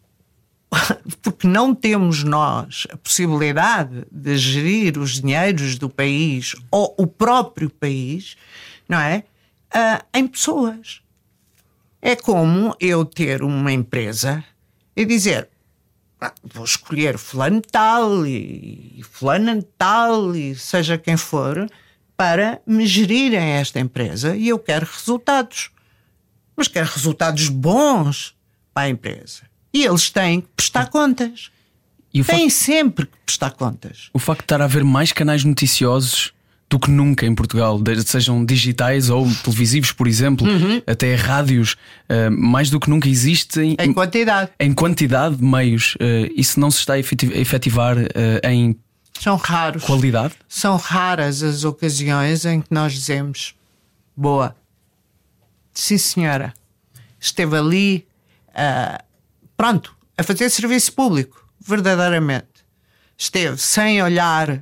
porque não temos nós a possibilidade de gerir os dinheiros do país ou o próprio país, não é? Uh, em pessoas. É como eu ter uma empresa e dizer, ah, vou escolher fulano tal e, e fulano tal e seja quem for, para me gerirem esta empresa e eu quero resultados. Mas quero resultados bons para a empresa. E eles têm que prestar contas. E têm facto... sempre que prestar contas. O facto de estar a haver mais canais noticiosos do que nunca em Portugal, sejam digitais ou televisivos, por exemplo, uhum. até rádios, uh, mais do que nunca existem em quantidade. Em quantidade de meios. Uh, isso não se está a efetivar uh, em São raros. Qualidade? São raras as ocasiões em que nós dizemos boa, sim senhora, esteve ali uh, pronto, a fazer serviço público, verdadeiramente. Esteve sem olhar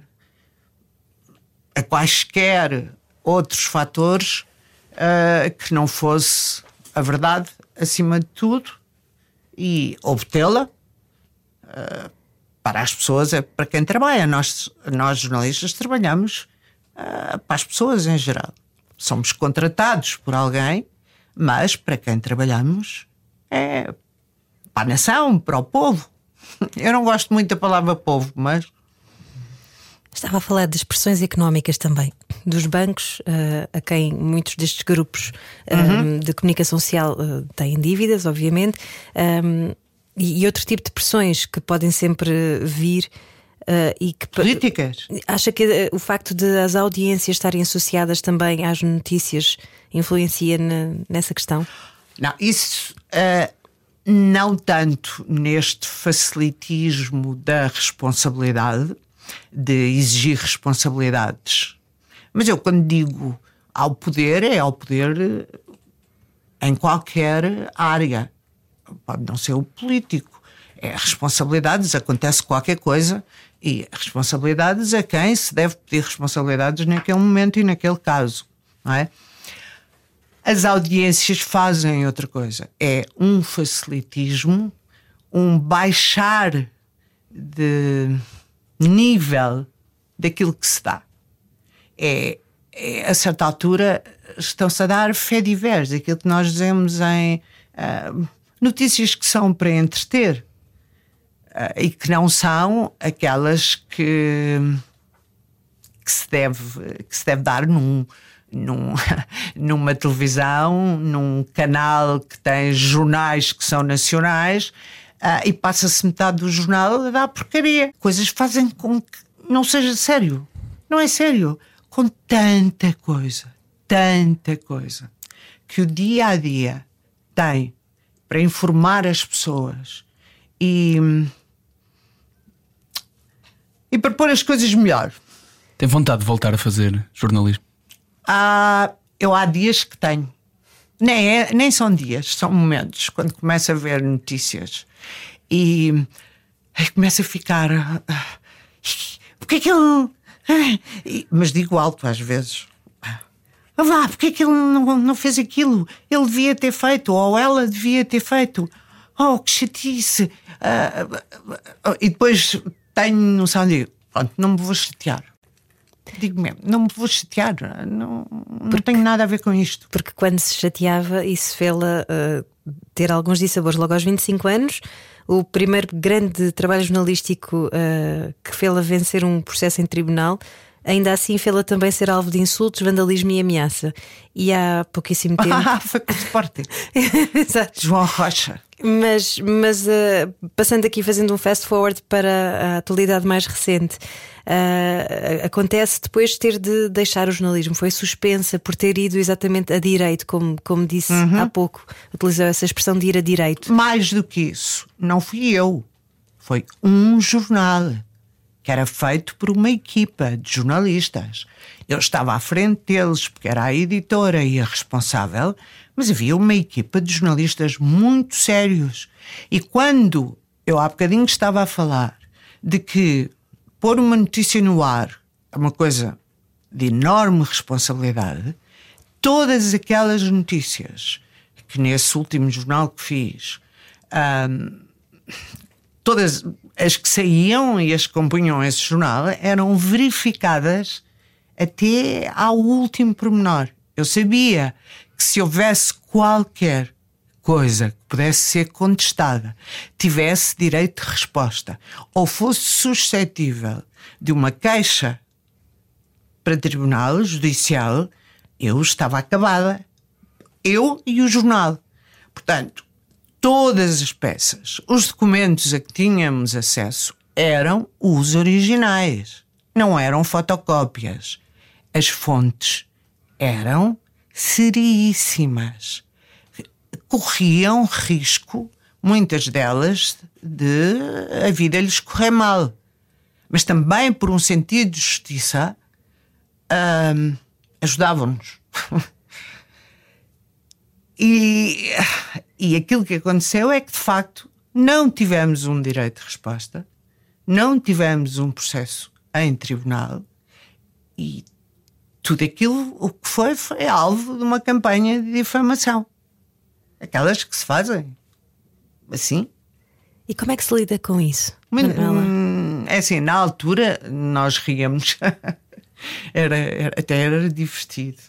a quaisquer outros fatores uh, que não fosse a verdade acima de tudo e obtê-la uh, para as pessoas, é para quem trabalha. Nós, nós jornalistas trabalhamos uh, para as pessoas em geral. Somos contratados por alguém, mas para quem trabalhamos é para a nação, para o povo. Eu não gosto muito da palavra povo, mas... Estava a falar de expressões económicas também, dos bancos, uh, a quem muitos destes grupos uh, uhum. de comunicação social uh, têm dívidas, obviamente, um, e, e outro tipo de pressões que podem sempre vir. Uh, e que, políticas. Acha que uh, o facto de as audiências estarem associadas também às notícias influencia na, nessa questão? Não, isso uh, não tanto neste facilitismo da responsabilidade, de exigir responsabilidades. Mas eu, quando digo ao poder, é ao poder em qualquer área. Pode não ser o político. É responsabilidades, acontece qualquer coisa e responsabilidades a quem se deve pedir responsabilidades naquele momento e naquele caso, não é? As audiências fazem outra coisa. É um facilitismo, um baixar de nível daquilo que se dá. É, é, a certa altura estão-se a dar fediveres, aquilo que nós dizemos em uh, notícias que são para entreter uh, e que não são aquelas que, que, se, deve, que se deve dar num, num, numa televisão, num canal que tem jornais que são nacionais. Uh, e passa-se metade do jornal a dar porcaria. Coisas fazem com que não seja sério. Não é sério. Com tanta coisa, tanta coisa, que o dia a dia tem para informar as pessoas e, e para pôr as coisas melhor. Tem vontade de voltar a fazer jornalismo? Ah, eu há dias que tenho. Nem, é, nem são dias, são momentos. Quando começo a ver notícias e, e começo a ficar uh, porque é que eu... Uh, mas digo alto às vezes. Ah, vá, porque é que ele não, não fez aquilo? Ele devia ter feito, ou ela devia ter feito. Oh, que chatice. Ah, ah, e depois tenho noção de, pronto, não me vou chatear. Digo mesmo, não me vou chatear. Não, não porque, tenho nada a ver com isto. Porque quando se chateava, isso fê-la uh, ter alguns dissabores. Logo aos vinte e cinco anos, o primeiro grande trabalho jornalístico uh, que fê-la vencer um processo em tribunal, ainda assim fê-la também ser alvo de insultos, vandalismo e ameaça. E há pouquíssimo tempo. Ah, foi com o Sporting. Exato. João Rocha. Mas, mas uh, passando aqui, fazendo um fast forward para a atualidade mais recente, uh, acontece depois de ter de deixar o jornalismo. Foi suspensa por ter ido exatamente a direito, como, como disse uhum. há pouco. Utilizou essa expressão de ir a direito. Mais do que isso, não fui eu. Foi um jornal que era feito por uma equipa de jornalistas. Eu estava à frente deles porque era a editora e a responsável, mas havia uma equipa de jornalistas muito sérios. E quando eu há bocadinho estava a falar de que pôr uma notícia no ar é uma coisa de enorme responsabilidade, todas aquelas notícias que nesse último jornal que fiz, hum, todas as que saíam e as que compunham esse jornal eram verificadas até ao último pormenor. Eu sabia que se houvesse qualquer coisa que pudesse ser contestada, tivesse direito de resposta ou fosse suscetível de uma queixa para tribunal judicial, eu estava acabada. Eu e o jornal. Portanto, todas as peças, os documentos a que tínhamos acesso eram os originais, não eram fotocópias. As fontes eram seríssimas. Corriam risco, muitas delas, de a vida lhes correr mal. Mas também, por um sentido de justiça, hum, ajudavam-nos. E, e aquilo que aconteceu é que, de facto, não tivemos um direito de resposta, não tivemos um processo em tribunal e tudo aquilo o que foi foi alvo de uma campanha de difamação. Aquelas que se fazem assim. E como é que se lida com isso? Hum, é assim, na altura nós ríamos. era, era, até era divertido.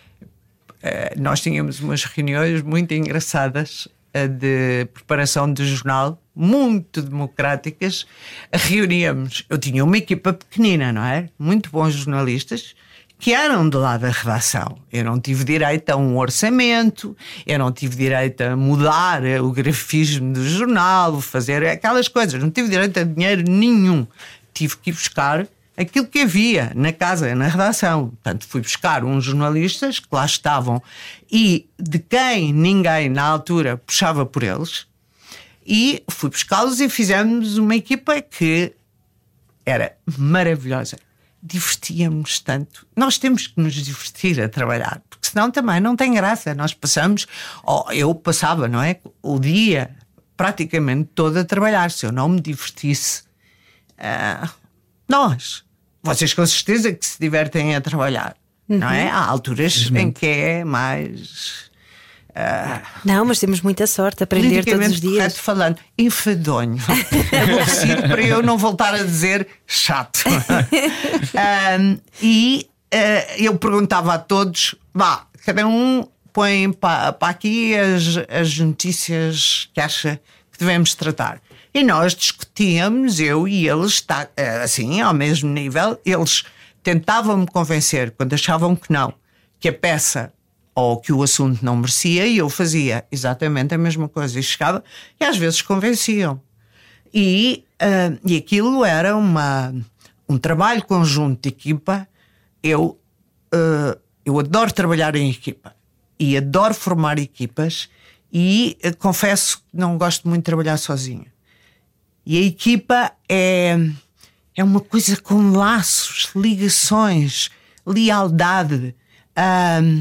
Uh, nós tínhamos umas reuniões muito engraçadas uh, de preparação de jornal, muito democráticas. Reuníamos, eu tinha uma equipa pequenina, não é? Muito bons jornalistas que eram de lá da redação. Eu não tive direito a um orçamento, eu não tive direito a mudar o grafismo do jornal, fazer aquelas coisas, não tive direito a dinheiro nenhum. Tive que ir buscar aquilo que havia na casa, na redação. Portanto, fui buscar uns jornalistas que lá estavam e de quem ninguém na altura puxava por eles, e fui buscá-los e fizemos uma equipa que era maravilhosa. Divertíamos tanto. Nós temos que nos divertir a trabalhar, porque senão também não tem graça. Nós passamos, oh, eu passava, não é? O dia praticamente todo a trabalhar. Se eu não me divertisse, uh, nós, vocês com certeza que se divertem a trabalhar, uhum. não é? Há alturas uhum. em que é mais. Uh, não, mas temos muita sorte a aprender todos os dias. Correto falando, enfadonho. Aborrecido para eu não voltar a dizer chato. um, e uh, eu perguntava a todos: vá, cada um põe para, para aqui as, as notícias que acha que devemos tratar. E nós discutíamos, eu e eles, tá, assim, ao mesmo nível. Eles tentavam-me convencer, quando achavam que não, que a peça ou que o assunto não merecia, e eu fazia exatamente a mesma coisa. E chegava, e às vezes convenciam. E, uh, e aquilo era uma, um trabalho conjunto de equipa. Eu, uh, eu adoro trabalhar em equipa. E adoro formar equipas. E uh, confesso que não gosto muito de trabalhar sozinha. E a equipa é, é uma coisa com laços, ligações, lealdade, um,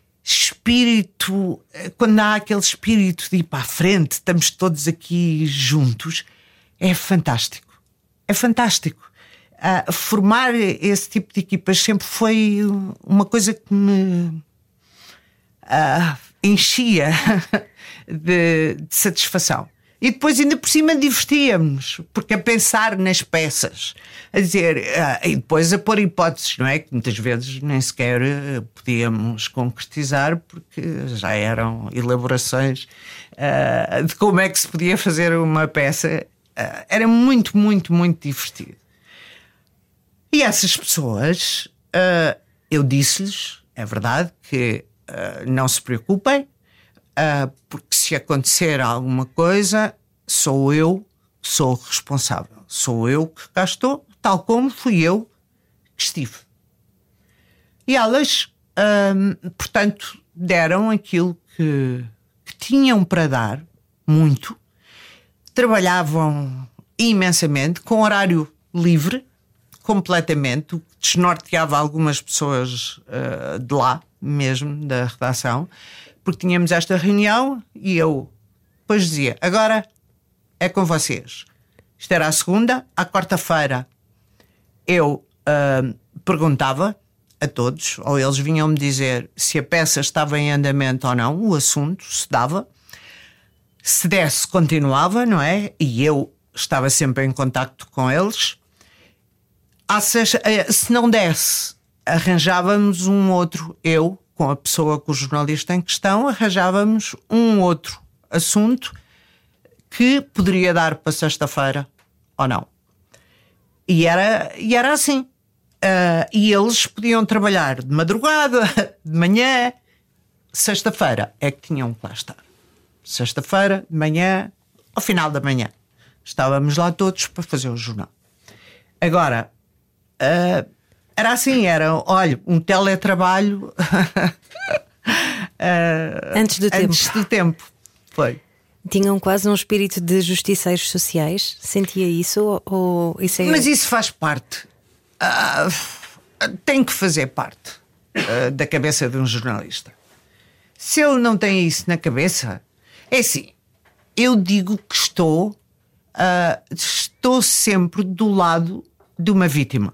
espírito. Quando há aquele espírito de ir para a frente, estamos todos aqui juntos, é fantástico. É fantástico. Uh, formar esse tipo de equipas sempre foi uma coisa que me, uh, enchia de, de satisfação. E depois ainda por cima divertíamos, porque a pensar nas peças, a dizer, uh, e depois a pôr hipóteses, não é? Que muitas vezes nem sequer uh, podíamos concretizar, porque já eram elaborações uh, de como é que se podia fazer uma peça. Uh, era muito, muito, muito divertido. E essas pessoas, uh, eu disse-lhes, é verdade, que uh, não se preocupem, Uh, porque se acontecer alguma coisa, sou eu que sou responsável. Sou eu que cá estou, tal como fui eu que estive. E elas, uh, portanto, deram aquilo que, que tinham para dar, muito. Trabalhavam imensamente, com horário livre, completamente, o que desnorteava algumas pessoas uh, de lá mesmo, da redação, porque tínhamos esta reunião e eu depois dizia, agora é com vocês. Isto era a segunda, à quarta-feira eu uh, perguntava a todos, ou eles vinham-me dizer se a peça estava em andamento ou não, o assunto, se dava. Se desse, continuava, não é? E eu estava sempre em contacto com eles. Ah, se, se não desse, arranjávamos um outro, eu, com a pessoa, com o jornalista em questão, arranjávamos um outro assunto que poderia dar para sexta-feira ou não. E era, e era assim. Uh, e eles podiam trabalhar de madrugada, de manhã. Sexta-feira é que tinham que lá estar. Sexta-feira, de manhã, ao final da manhã. Estávamos lá todos para fazer o jornal. Agora, uh, era assim, era, olha, um teletrabalho uh, antes do tempo. Antes do tempo, foi. Tinham quase um espírito de justiceiros sociais? Sentia isso? Ou isso é... Mas isso faz parte. Uh, tem que fazer parte uh, da cabeça de um jornalista. Se ele não tem isso na cabeça, é assim, eu digo que estou, uh, estou sempre do lado de uma vítima.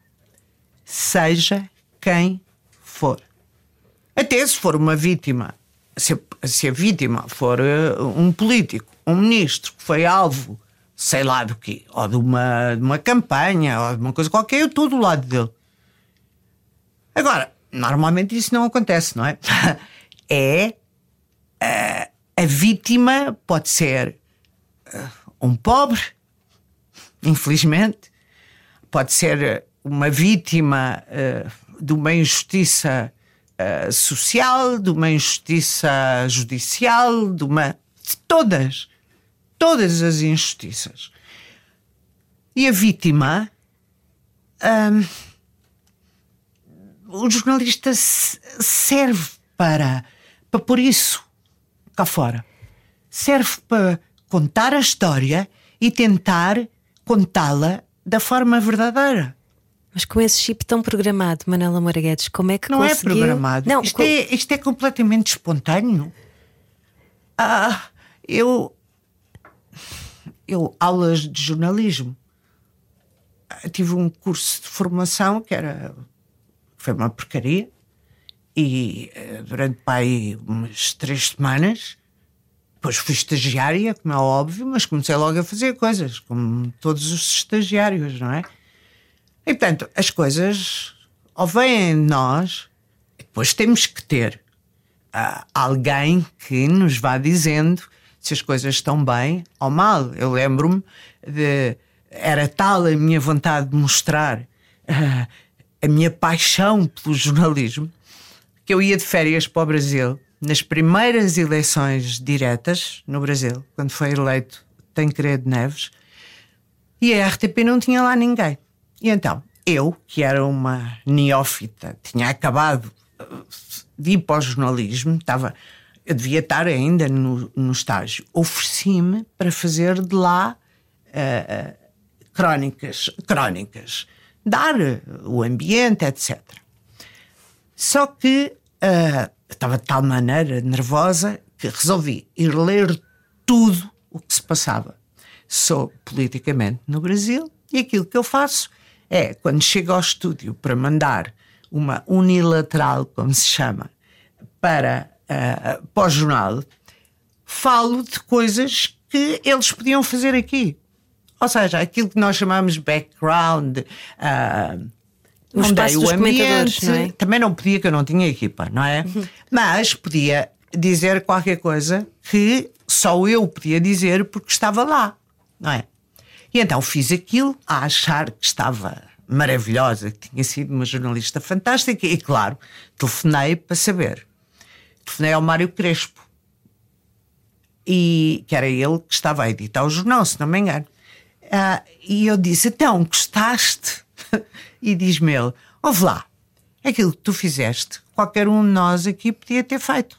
Seja quem for. Até se for uma vítima, se a, se a vítima for uh, um político, um ministro que foi alvo, sei lá do quê, ou de uma, de uma campanha, ou de uma coisa qualquer, eu estou do lado dele. Agora, normalmente isso não acontece, não é? É uh, a vítima pode ser uh, um pobre, infelizmente, pode ser uma vítima uh, de uma injustiça uh, social, de uma injustiça judicial, de uma de todas, todas as injustiças. E a vítima, um, o jornalista serve para para pôr isso cá fora. Serve para contar a história e tentar contá-la da forma verdadeira. Mas com esse chip tão programado, Manuela Moura Guedes, como é que não conseguiu... é programado? Não, isto, com... é, isto é completamente espontâneo. Ah, eu... Eu, aulas de jornalismo. Tive um curso de formação que era... Foi uma porcaria. E durante pá, aí, umas três semanas, depois fui estagiária, como é óbvio, mas comecei logo a fazer coisas, como todos os estagiários, não é? E portanto, as coisas ou vêm de nós, depois temos que ter uh, alguém que nos vá dizendo se as coisas estão bem ou mal. Eu lembro-me de. Era tal a minha vontade de mostrar uh, a minha paixão pelo jornalismo, que eu ia de férias para o Brasil nas primeiras eleições diretas no Brasil, quando foi eleito Tancredo Neves, e a R T P não tinha lá ninguém. E então, eu, que era uma neófita, tinha acabado de ir para o jornalismo, estava, eu devia estar ainda no, no estágio, ofereci-me para fazer de lá uh, uh, crónicas, crónicas, dar o ambiente, etcétera. Só que uh, estava de tal maneira nervosa que resolvi ir ler tudo o que se passava sobre politicamente no Brasil, e aquilo que eu faço é, quando chego ao estúdio para mandar uma unilateral, como se chama, para uh, para o jornal, falo de coisas que eles podiam fazer aqui. Ou seja, aquilo que nós chamamos background, uh, o espaço dos comentadores, não é? Também não podia, que eu não tinha equipa, não é? Uhum. Mas podia dizer qualquer coisa que só eu podia dizer porque estava lá, não é? E então fiz aquilo a achar que estava maravilhosa, que tinha sido uma jornalista fantástica e, claro, telefonei para saber. Telefonei ao Mário Crespo, e, que era ele que estava a editar o jornal, se não me engano. Uh, e eu disse, então, gostaste? E diz-me ele, ouve lá, aquilo que tu fizeste, qualquer um de nós aqui podia ter feito.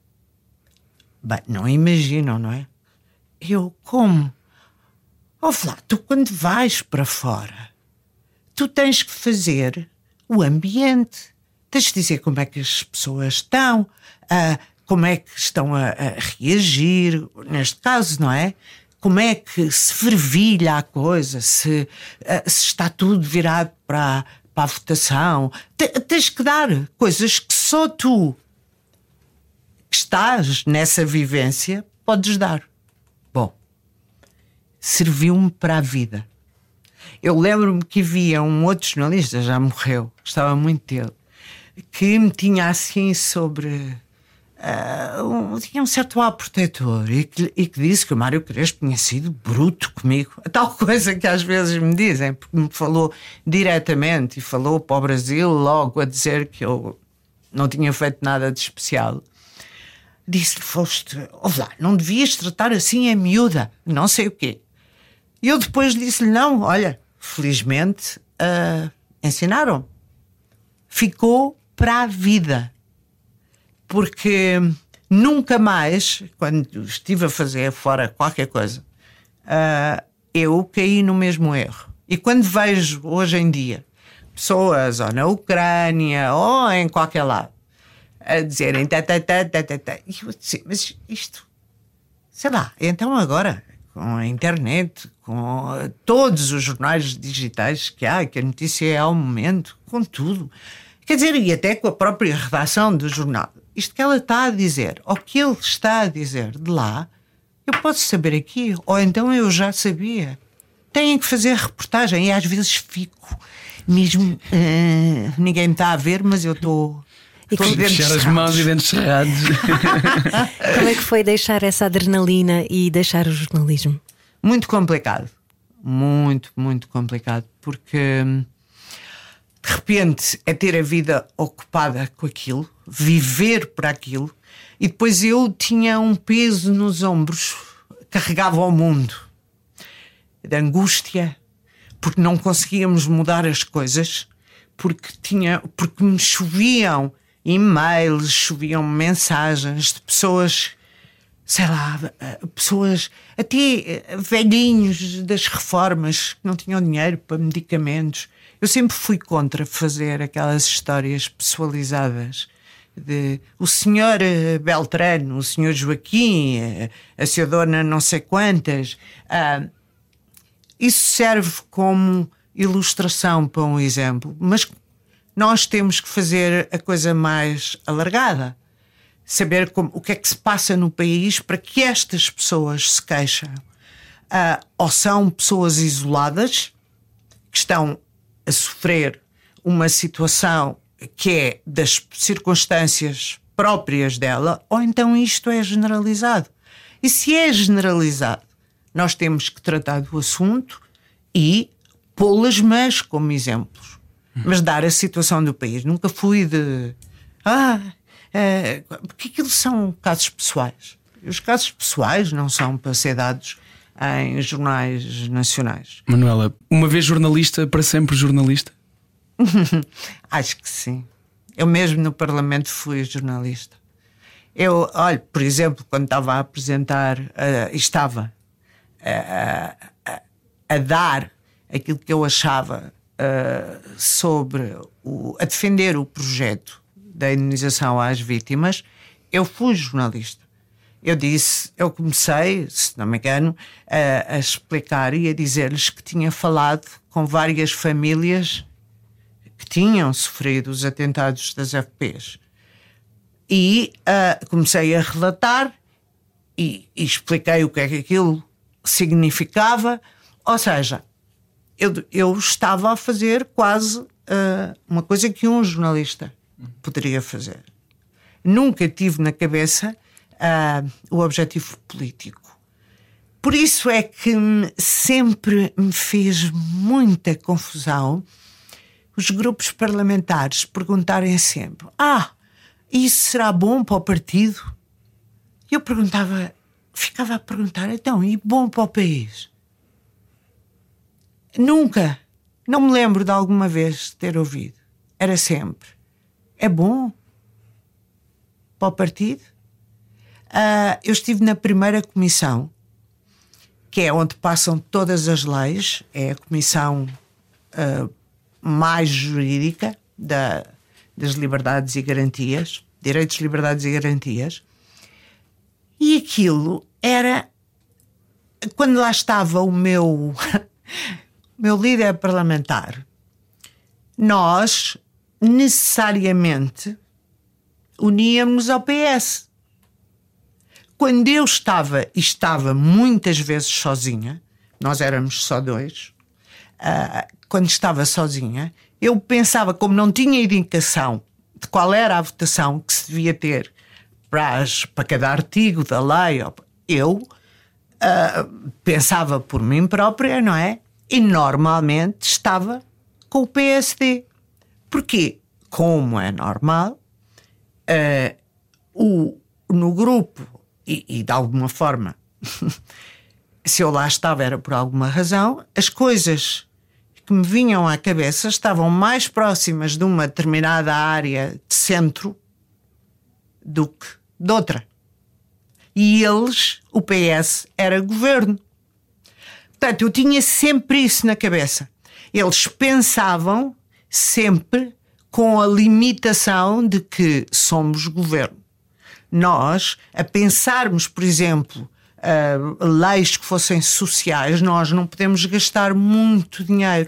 Bem, não imaginam, não é? Eu, como? Ouve lá, tu quando vais para fora, tu tens que fazer o ambiente. Tens de dizer como é que as pessoas estão, uh, como é que estão a, a reagir, neste caso, não é? Como é que se fervilha a coisa, se, uh, se está tudo virado para, para a votação. T- tens que dar coisas que só tu, que estás nessa vivência, podes dar. Bom, serviu-me para a vida. Eu lembro-me que havia um outro jornalista, já morreu, gostava muito dele, que me tinha assim sobre... Uh, um, tinha um certo ar protetor e que, e que disse que o Mário Crespo tinha sido bruto comigo. A tal coisa que às vezes me dizem, porque me falou diretamente e falou para o Brasil logo a dizer que eu não tinha feito nada de especial. Disse-lhe, foste, ouve lá, não devias tratar assim a miúda, não sei o quê. E eu depois disse-lhe, não, olha, felizmente uh, ensinaram. Ficou para a vida. Porque nunca mais, quando estive a fazer fora qualquer coisa, uh, eu caí no mesmo erro. E quando vejo hoje em dia pessoas ou na Ucrânia ou em qualquer lado a dizerem tá, tá, tá, tá, tá, tá, e eu disse, mas isto, sei lá, então agora com a internet, com todos os jornais digitais que há, que a notícia é ao momento, com tudo, quer dizer, e até com a própria redação do jornal. Isto que ela está a dizer, ou que ele está a dizer de lá, eu posso saber aqui, ou então eu já sabia. Têm que fazer reportagem, e às vezes fico mesmo. Uh, ninguém me está a ver, mas eu estou. E que fechar as mãos e dentes cerrados. Como é que foi deixar essa adrenalina e deixar o jornalismo? Muito complicado. Muito, muito complicado. Porque de repente é ter a vida ocupada com aquilo, viver para aquilo, e depois eu tinha um peso nos ombros, carregava o mundo de angústia, porque não conseguíamos mudar as coisas, porque, tinha, porque me choviam e-mails, choviam mensagens de pessoas, sei lá, pessoas, até velhinhos das reformas, que não tinham dinheiro para medicamentos. Eu sempre fui contra fazer aquelas histórias pessoalizadas de o senhor Beltrano, o senhor Joaquim, a senhora dona não sei quantas. Ah, isso serve como ilustração para um exemplo, mas nós temos que fazer a coisa mais alargada, saber como, o que é que se passa no país para que estas pessoas se queixam. Ah, ou são pessoas isoladas que estão a sofrer uma situação que é das circunstâncias próprias dela, ou então isto é generalizado. E se é generalizado, nós temos que tratar do assunto e pô-las, mas como exemplos. Mas dar a situação do país. Nunca fui de... Ah, é, porque aquilo são casos pessoais. Os casos pessoais não são para ser dados em jornais nacionais. Manuela, uma vez jornalista, para sempre jornalista? Acho que sim. Eu mesmo no Parlamento fui jornalista. Eu, olha, por exemplo, quando estava a apresentar, uh, estava uh, a, a dar aquilo que eu achava uh, sobre o, a defender o projeto da indenização às vítimas, eu fui jornalista. Eu disse, eu comecei, se não me engano, a, a explicar e a dizer-lhes que tinha falado com várias famílias que tinham sofrido os atentados das F Pês. E uh, comecei a relatar e, e expliquei o que é que aquilo significava. Ou seja, eu, eu estava a fazer quase uh, uma coisa que um jornalista poderia fazer. Nunca tive na cabeça uh, o objetivo político. Por isso é que sempre me fez muita confusão os grupos parlamentares perguntarem sempre: ah, isso será bom para o partido? Eu perguntava, ficava a perguntar, então, e bom para o país? Nunca, não me lembro de alguma vez ter ouvido. Era sempre: é bom para o partido? Uh, eu estive na primeira comissão, que é onde passam todas as leis, é a comissão uh, mais jurídica da, das liberdades e garantias, direitos, liberdades e garantias. E aquilo era, quando lá estava o meu, meu líder parlamentar, nós necessariamente uníamos ao P S. Quando eu estava, e estava muitas vezes sozinha, nós éramos só dois, uh, quando estava sozinha, eu pensava, como não tinha indicação de qual era a votação que se devia ter para, as, para cada artigo da lei, eu uh, pensava por mim própria, não é? E normalmente estava com o P S D. Porquê? Como é normal, uh, o, no grupo, e, e de alguma forma, se eu lá estava era por alguma razão, as coisas que me vinham à cabeça estavam mais próximas de uma determinada área de centro do que de outra. E eles, o P S, era governo. Portanto, eu tinha sempre isso na cabeça. Eles pensavam sempre com a limitação de que somos governo. Nós, a pensarmos, por exemplo, uh, leis que fossem sociais, nós não podemos gastar muito dinheiro.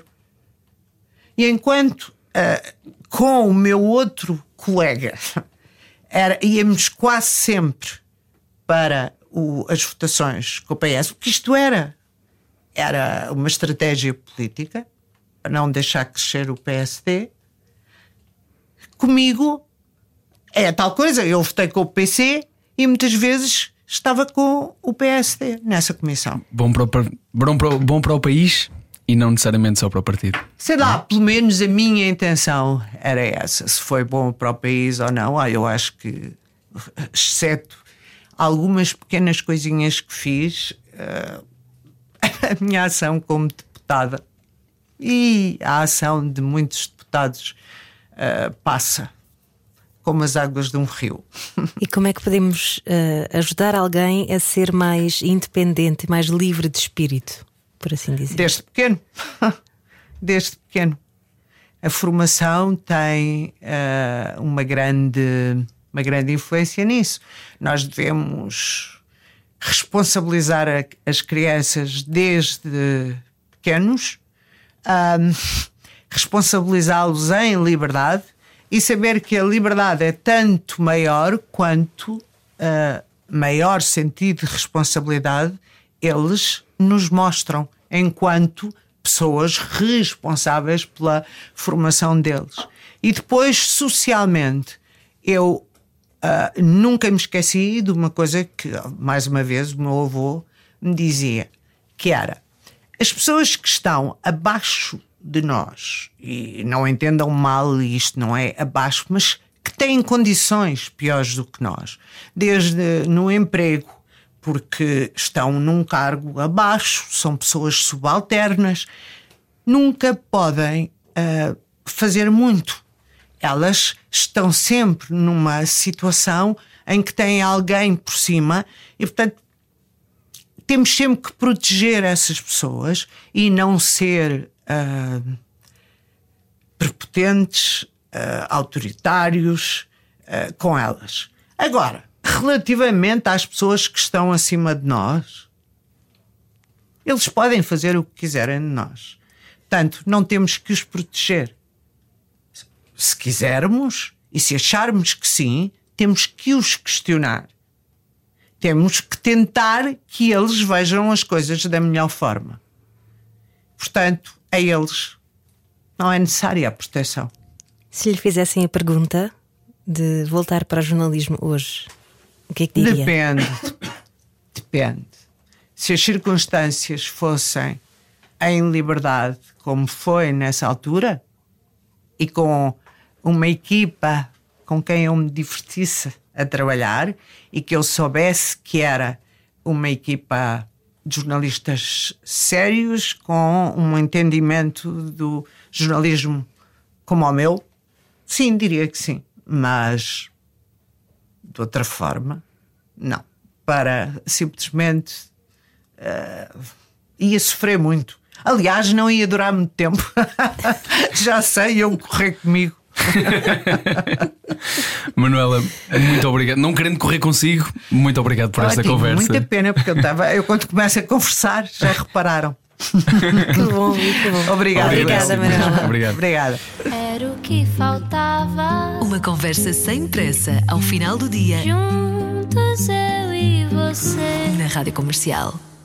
E enquanto uh, com o meu outro colega era, íamos quase sempre para o, as votações com o P S, porque isto era, era uma estratégia política para não deixar crescer o P S D. Comigo é tal coisa, eu votei com o P C e muitas vezes estava com o P S D nessa comissão. Bom para o, bom para o, bom para o país e não necessariamente só para o partido. Sei lá, pelo menos a minha intenção era essa. Se foi bom para o país ou não, ah, eu acho que, exceto algumas pequenas coisinhas que fiz, uh, a minha ação como deputada e a ação de muitos deputados uh, passa como as águas de um rio. E como é que podemos uh, ajudar alguém a ser mais independente, mais livre de espírito, por assim dizer? Desde pequeno. Desde pequeno. A formação tem uh, uma grande, uma grande influência nisso. Nós devemos responsabilizar a, as crianças desde pequenos, um, responsabilizá-los em liberdade e saber que a liberdade é tanto maior quanto uh, maior sentido de responsabilidade eles nos mostram enquanto pessoas responsáveis pela formação deles. E depois, socialmente, eu uh, nunca me esqueci de uma coisa que, mais uma vez, o meu avô me dizia, que era: as pessoas que estão abaixo de nós, e não entendam mal, isto não é abaixo, mas que têm condições piores do que nós, desde no emprego, porque estão num cargo abaixo, são pessoas subalternas, nunca podem uh, fazer muito. Elas estão sempre numa situação em que têm alguém por cima e, portanto, temos sempre que proteger essas pessoas e não ser uh, prepotentes, uh, autoritários uh, com elas. Agora, relativamente às pessoas que estão acima de nós, eles podem fazer o que quiserem de nós. Portanto, não temos que os proteger. Se quisermos e se acharmos que sim, temos que os questionar. Temos que tentar que eles vejam as coisas da melhor forma. Portanto, a eles não é necessária a proteção. Se lhe fizessem a pergunta de voltar para o jornalismo hoje, o que é que diria? Depende. Depende. Se as circunstâncias fossem em liberdade, como foi nessa altura, e com uma equipa com quem eu me divertisse a trabalhar e que eu soubesse que era uma equipa de jornalistas sérios com um entendimento do jornalismo como o meu, sim, diria que sim. Mas de outra forma, não. Para simplesmente uh, ia sofrer muito. Aliás, não ia durar muito tempo. Já sei, eu correr comigo. Manuela, muito obrigado. Não querendo correr consigo, muito obrigado por esta conversa. Muita pena, porque eu estava. Eu quando começo a conversar, já repararam. Que bom, muito bom. Obrigada, Obrigada, Manuela. Obrigado. Obrigada. Era o que faltava. Uma conversa sem pressa ao final do dia Juntos eu e você. na Rádio Comercial.